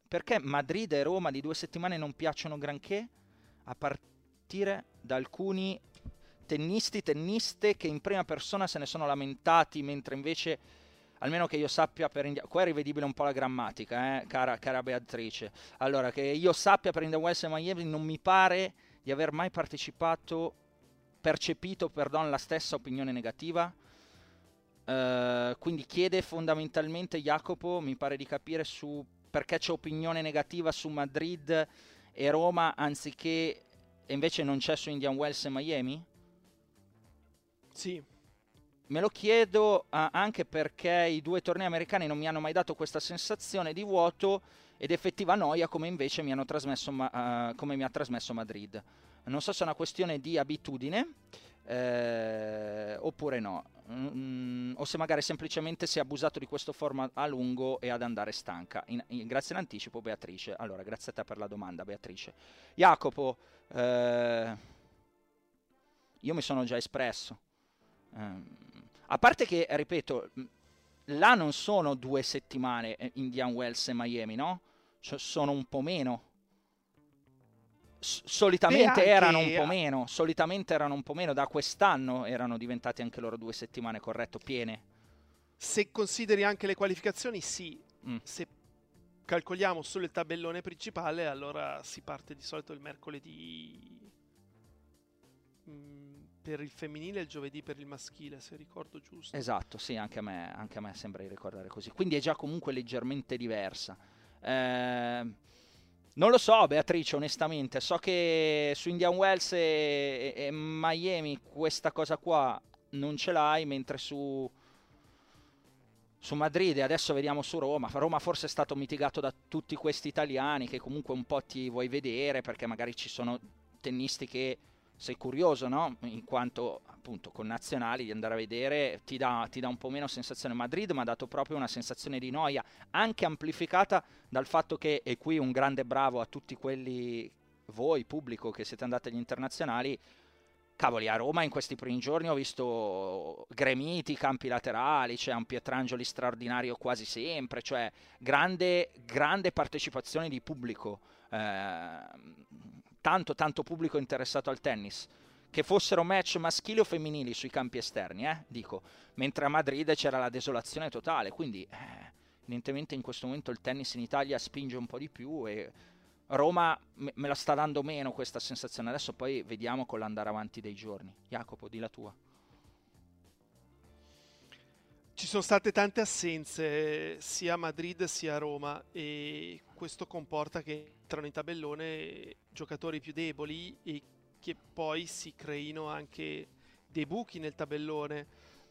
non piacciono granché, a partire da alcuni tenniste che in prima persona se ne sono lamentati, mentre invece, almeno che io sappia, qua è rivedibile un po' la grammatica, cara Beatrice. Allora, che io sappia, per Indian Wells e Miami non mi pare di aver mai percepito la stessa opinione negativa. Quindi chiede fondamentalmente, Jacopo, mi pare di capire, su perché c'è opinione negativa su Madrid e Roma anziché, e invece non c'è su Indian Wells e Miami? Sì. Me lo chiedo anche perché i 2 tornei americani non mi hanno mai dato questa sensazione di vuoto ed effettiva noia come invece mi ha trasmesso Madrid. Non so se è una questione di abitudine oppure no, o se magari semplicemente si è abusato di questo format a lungo e ad andare stanca. Grazie in anticipo Beatrice. Allora, grazie a te per la domanda Beatrice. Jacopo, io mi sono già espresso. A parte che, ripeto, là non sono 2 settimane Indian Wells e Miami, no? Cioè, sono un po' meno. Solitamente erano un po' meno, da quest'anno erano diventate anche loro 2 settimane, corretto, piene. Se consideri anche le qualificazioni, sì. Se calcoliamo solo il tabellone principale, allora si parte di solito il mercoledì per il femminile e il giovedì per il maschile, se ricordo giusto. Esatto, sì, anche a me sembra di ricordare così. Quindi è già comunque leggermente diversa. Non lo so, Beatrice, onestamente. So che su Indian Wells e Miami questa cosa qua non ce l'hai, mentre su Madrid, e adesso vediamo su Roma. Roma forse è stato mitigato da tutti questi italiani che comunque un po' ti vuoi vedere, perché magari ci sono tennisti che sei curioso, no? In quanto appunto con nazionali di andare a vedere ti dà un po' meno sensazione. Madrid mi ha dato proprio una sensazione di noia, anche amplificata dal fatto che, e qui un grande bravo a tutti quelli, voi pubblico che siete andati agli internazionali, cavoli, a Roma in questi primi giorni ho visto gremiti, campi laterali, c'è un Pietrangeli straordinario quasi sempre, cioè grande partecipazione di pubblico, tanto pubblico interessato al tennis, che fossero match maschili o femminili sui campi esterni, dico, mentre a Madrid c'era la desolazione totale, quindi evidentemente in questo momento il tennis in Italia spinge un po' di più e Roma me la sta dando meno questa sensazione. Adesso poi vediamo con l'andare avanti dei giorni. Jacopo, di la tua. Ci sono state tante assenze sia a Madrid sia a Roma e questo comporta che entrano in tabellone giocatori più deboli e che poi si creino anche dei buchi nel tabellone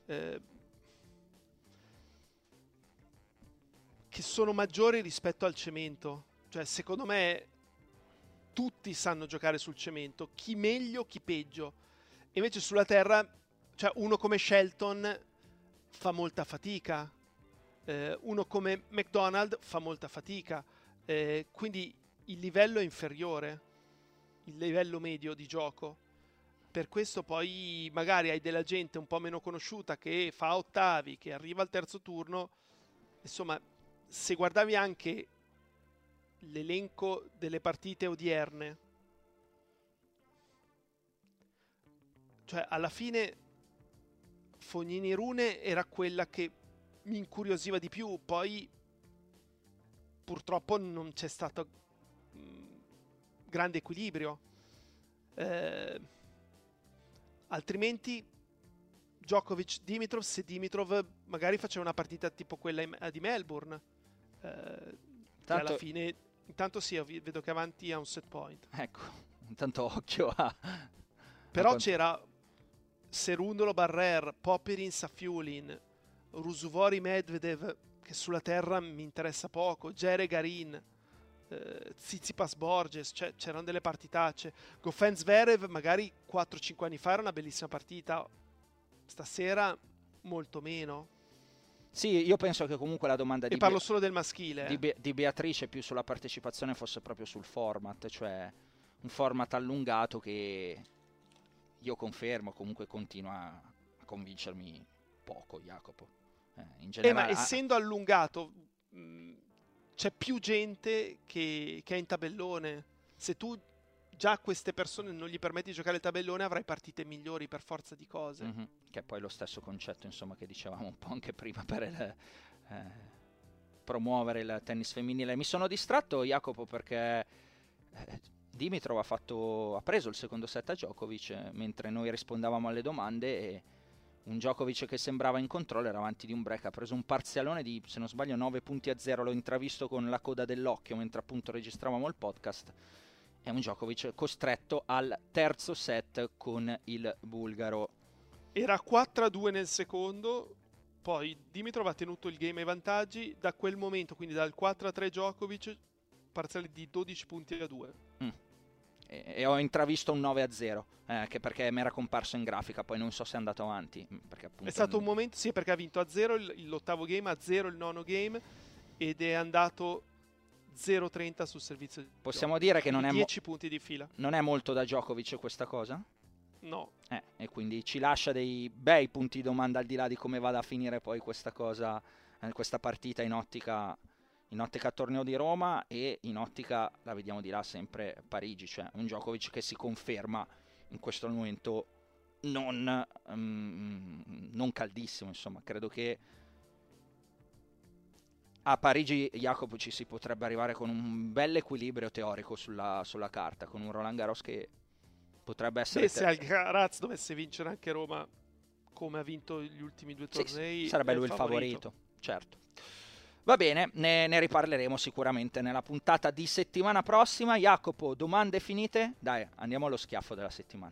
che sono maggiori rispetto al cemento. Cioè, secondo me tutti sanno giocare sul cemento, chi meglio, chi peggio. E invece sulla terra, cioè uno come Shelton fa molta fatica, uno come McDonald fa molta fatica, quindi il livello è inferiore, il livello medio di gioco. Per questo poi magari hai della gente un po' meno conosciuta che fa ottavi, che arriva al terzo turno. Insomma, se guardavi anche l'elenco delle partite odierne, cioè alla fine Fognini Rune era quella che mi incuriosiva di più, poi purtroppo non c'è stato grande equilibrio, altrimenti Djokovic Dimitrov, se Dimitrov magari faceva una partita tipo quella di Melbourne, che alla fine intanto sì, vedo che avanti a un set point. Ecco, intanto occhio a... Però c'era Serundolo Barrer, Popyrin Safiulin, Rusuvori Medvedev, che sulla terra mi interessa poco, Jere Garin, Tsitsipas Borges, cioè c'erano delle partitacce. Goffin Zverev magari 4-5 anni fa era una bellissima partita, stasera molto meno. Sì, io penso che comunque la domanda e parlo solo del maschile di Beatrice più sulla partecipazione fosse proprio sul format, cioè un format allungato che io confermo, comunque continua a convincermi poco, Jacopo. In generale, ma essendo allungato c'è più gente che è in tabellone. Se tu già a queste persone non gli permetti di giocare il tabellone, avrai partite migliori per forza di cose. Mm-hmm. Che è poi lo stesso concetto, insomma, che dicevamo un po' anche prima per promuovere il tennis femminile. Mi sono distratto, Jacopo, perché Dimitrov ha preso il secondo set a Djokovic mentre noi rispondavamo alle domande, e un Djokovic che sembrava in controllo, era avanti di un break, ha preso un parzialone di, se non sbaglio, 9-0, l'ho intravisto con la coda dell'occhio mentre appunto registravamo il podcast. È un Djokovic costretto al terzo set con il bulgaro. Era 4-2 nel secondo, poi Dimitrov ha tenuto il game ai vantaggi, da quel momento, quindi dal 4-3 Djokovic, parziale di 12-2. E ho intravisto un 9-0, che perché mi era comparso in grafica, poi non so se è andato avanti. Perché appunto è stato un momento, sì, perché ha vinto a 0 l'ottavo game, a 0 il nono game, ed è andato 0-30 sul servizio. Possiamo dire che non è 10 punti di fila. Non è molto da Djokovic questa cosa? No. E quindi ci lascia dei bei punti di domanda al di là di come vada a finire poi questa cosa, questa partita in ottica torneo di Roma, e in ottica, la vediamo di là, sempre Parigi, cioè un Djokovic che si conferma in questo momento non caldissimo, insomma. Credo che a Parigi, Jacopo, ci si potrebbe arrivare con un bel equilibrio teorico sulla carta, con un Roland Garros che potrebbe essere... se Alcaraz dovesse vincere anche Roma come ha vinto gli ultimi due tornei, sarebbe lui il favorito, certo. Va bene, ne riparleremo sicuramente nella puntata di settimana prossima. Jacopo, domande finite? Dai, andiamo allo schiaffo della settimana.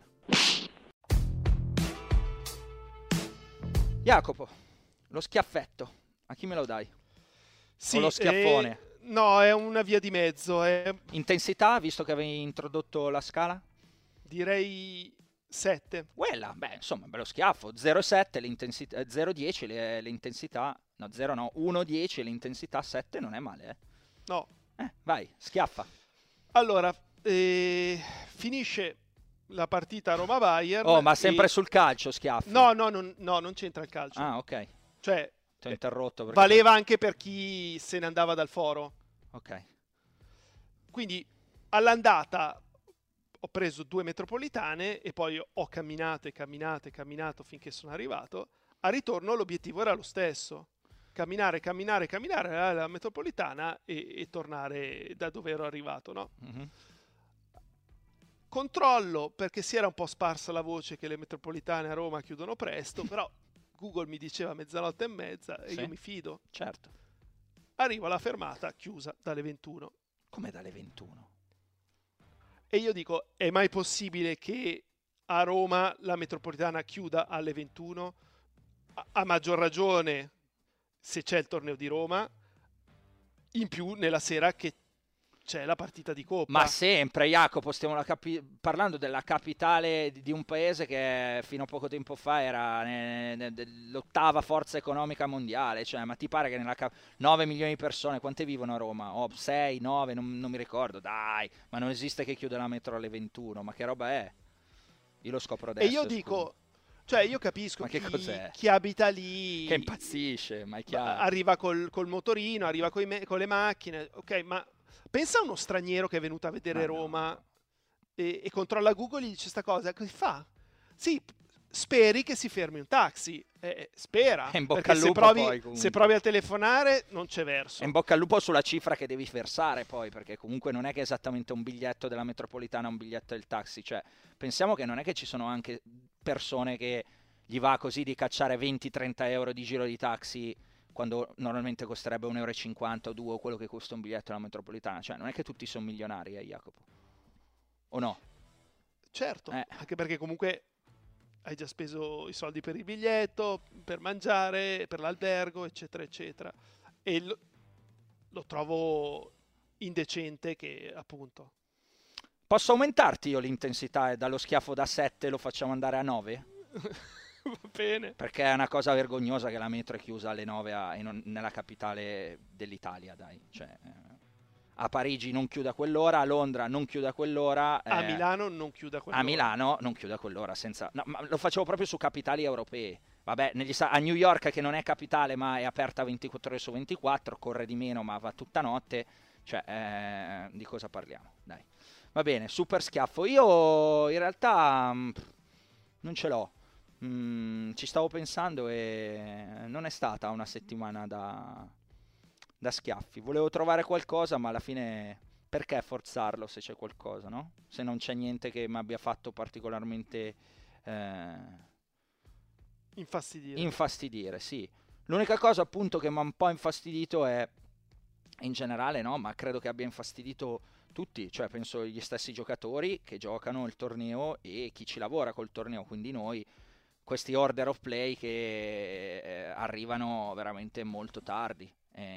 Jacopo, lo schiaffetto, a chi me lo dai? Sì, o lo schiaffone? No, è una via di mezzo. Intensità, visto che avevi introdotto la scala? Direi 7. Quella, beh, insomma, bello schiaffo. 0,7 l'intensità, 0,10 l'intensità, no, 0 no, 1,10 l'intensità, 7 non è male, eh. No. Vai, schiaffa. Allora, finisce la partita Roma-Bayern. Oh, ma sempre sul calcio schiaffi? No, non c'entra il calcio. Ah, ok. Cioè, ti ho interrotto. Perché... valeva anche per chi se ne andava dal foro. Ok. Quindi, all'andata ho preso 2 metropolitane e poi ho camminato finché sono arrivato. Al ritorno l'obiettivo era lo stesso. Camminare la metropolitana e tornare da dove ero arrivato, no? Mm-hmm. Controllo, perché si era un po' sparsa la voce che le metropolitane a Roma chiudono presto, però Google mi diceva 00:30 e sì, io mi fido. Certo. Arrivo alla fermata chiusa dalle 21. Come dalle 21? E io dico, è mai possibile che a Roma la metropolitana chiuda alle 21? A maggior ragione se c'è il torneo di Roma, in più nella sera che c'è la partita di Coppa. Ma sempre, Jacopo, stiamo parlando della capitale di un paese che fino a poco tempo fa era l'ottava forza economica mondiale, cioè, ma ti pare che nella 9 milioni di persone, quante vivono a Roma? 6, 9, non mi ricordo, dai, ma non esiste che chiude la metro alle 21, ma che roba è? Io lo scopro adesso. E io dico, cioè io capisco ma che cos'è? Chi abita lì... Che impazzisce, ma è chiaro. Arriva col motorino, arriva con le macchine, ok, ma... pensa a uno straniero che è venuto a vedere Roma e controlla Google e gli dice sta cosa, cosa fa? Sì, speri che si fermi un taxi, spera, in bocca perché al lupo se provi a telefonare non c'è verso. In bocca al lupo sulla cifra che devi versare poi, perché comunque non è che è esattamente un biglietto della metropolitana, un biglietto del taxi, cioè pensiamo che non è che ci sono anche persone che gli va così di cacciare 20-30 euro di giro di taxi quando normalmente costerebbe 1,50 euro o 2 o quello che costa un biglietto alla metropolitana. Cioè, non è che tutti sono milionari, Jacopo? O no? Certo, anche perché comunque hai già speso i soldi per il biglietto, per mangiare, per l'albergo, eccetera, eccetera. E lo trovo indecente che, appunto... Posso aumentarti io l'intensità e dallo schiaffo da 7 lo facciamo andare a 9? Va bene. Perché è una cosa vergognosa che la metro è chiusa alle 9 nella capitale dell'Italia, dai. Cioè, a Parigi non chiude a quell'ora, a Londra non chiude a quell'ora. A Milano non chiude a quell'ora. A Milano non chiude a quell'ora, no, ma lo facevo proprio su capitali europee. Vabbè, a New York, che non è capitale ma è aperta 24 ore su 24, corre di meno ma va tutta notte. Cioè, di cosa parliamo? Dai. Va bene, super schiaffo. Io in realtà non ce l'ho. Ci stavo pensando e non è stata una settimana da schiaffi. Volevo trovare qualcosa, ma alla fine perché forzarlo se c'è qualcosa, no? Se non c'è niente che mi abbia fatto particolarmente infastidire, sì. L'unica cosa appunto che mi ha un po' infastidito è in generale, no? Ma credo che abbia infastidito tutti, cioè penso gli stessi giocatori che giocano il torneo e chi ci lavora col torneo, quindi noi, questi order of play che arrivano veramente molto tardi.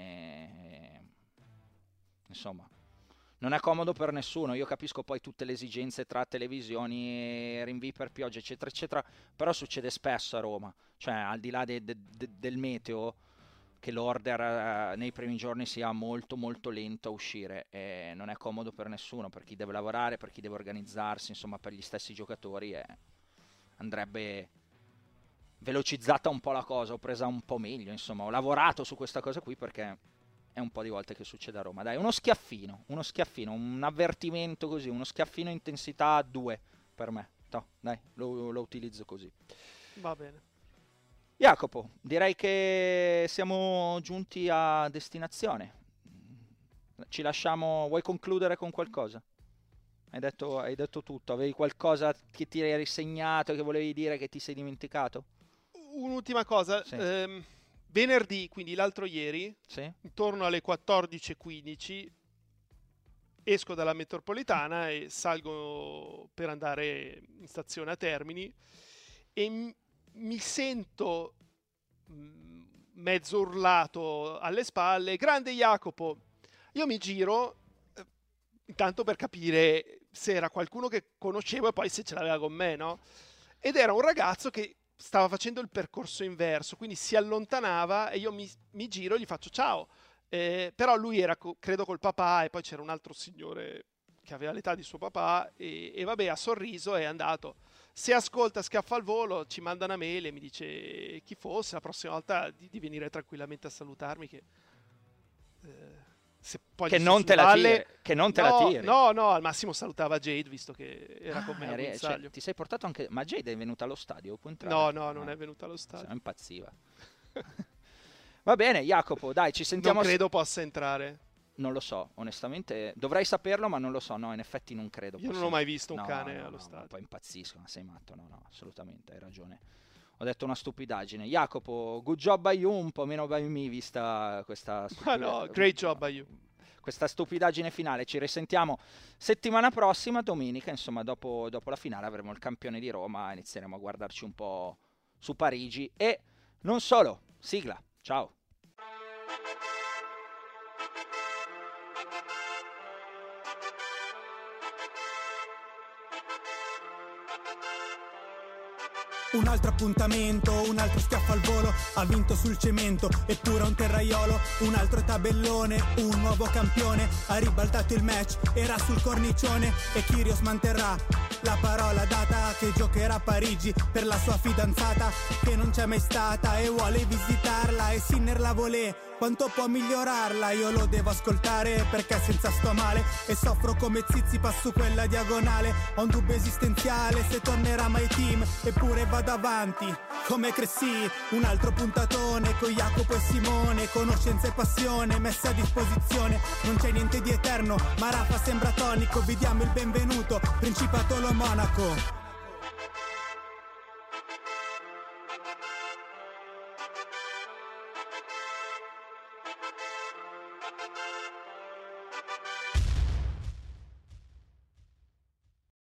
Insomma, non è comodo per nessuno. Io capisco poi tutte le esigenze tra televisioni, rinvii per pioggia, eccetera, eccetera, però succede spesso a Roma. Cioè, al di là del meteo, che l'order nei primi giorni sia molto molto lento a uscire, e non è comodo per nessuno, per chi deve lavorare, per chi deve organizzarsi, insomma per gli stessi giocatori andrebbe velocizzata un po' la cosa, ho presa un po' meglio, insomma ho lavorato su questa cosa qui perché è un po' di volte che succede a Roma. Dai, uno schiaffino, un avvertimento così, uno schiaffino intensità 2 per me, dai, lo utilizzo così. Va bene. Jacopo, direi che siamo giunti a destinazione. Ci lasciamo, vuoi concludere con qualcosa? Hai detto tutto, avevi qualcosa che ti eri segnato, che volevi dire, che ti sei dimenticato? Un'ultima cosa, sì. Venerdì, quindi l'altro ieri, sì, intorno alle 14:15 esco dalla metropolitana e salgo per andare in stazione a Termini e mi sento mezzo urlato alle spalle: grande Jacopo. Io mi giro, intanto per capire se era qualcuno che conoscevo e poi se ce l'aveva con me, no? Ed era un ragazzo che stava facendo il percorso inverso, quindi si allontanava e io mi giro e gli faccio ciao. Però lui era, credo, col papà, e poi c'era un altro signore che aveva l'età di suo papà, e vabbè, ha sorriso e è andato. Se ascolta Schiaffa al Volo, ci manda una mail e mi dice chi fosse, la prossima volta di venire tranquillamente a salutarmi, che se poi che non te la tiri. No, al massimo salutava Jade, visto che era con me a Guinzaglio. Ti sei portato anche... Ma Jade è venuta allo stadio? Può entrare? No, non è venuta allo stadio. Se no impazziva. Va bene, Jacopo, dai, ci sentiamo. Non credo possa entrare. Non lo so, onestamente. Dovrei saperlo, ma non lo so. No, in effetti non credo. Io non ho mai visto un cane allo stadio. Poi impazzisco, sei matto. No, assolutamente, hai ragione. Ho detto una stupidaggine. Jacopo, good job by you, un po' meno by me, vista questa great job by you. Questa stupidaggine finale. Ci risentiamo settimana prossima, domenica, insomma, dopo la finale avremo il campione di Roma, inizieremo a guardarci un po' su Parigi e non solo. Sigla, ciao. Un altro appuntamento, un altro schiaffo al volo, ha vinto sul cemento, eppure un terraiolo, un altro tabellone, un nuovo campione, ha ribaltato il match, era sul cornicione e Kyrgios manterrà la parola data che giocherà a Parigi per la sua fidanzata che non c'è mai stata e vuole visitarla e Sinner la volè. Quanto può migliorarla? Io lo devo ascoltare perché senza sto male e soffro come Tsitsipas su quella diagonale. Ho un dubbio esistenziale se tornerà mai team, eppure vado avanti come Cressy. Un altro puntatone con Jacopo e Simone, conoscenza e passione messa a disposizione. Non c'è niente di eterno, ma Rafa sembra tonico. Vi diamo il benvenuto, Principato lo Monaco.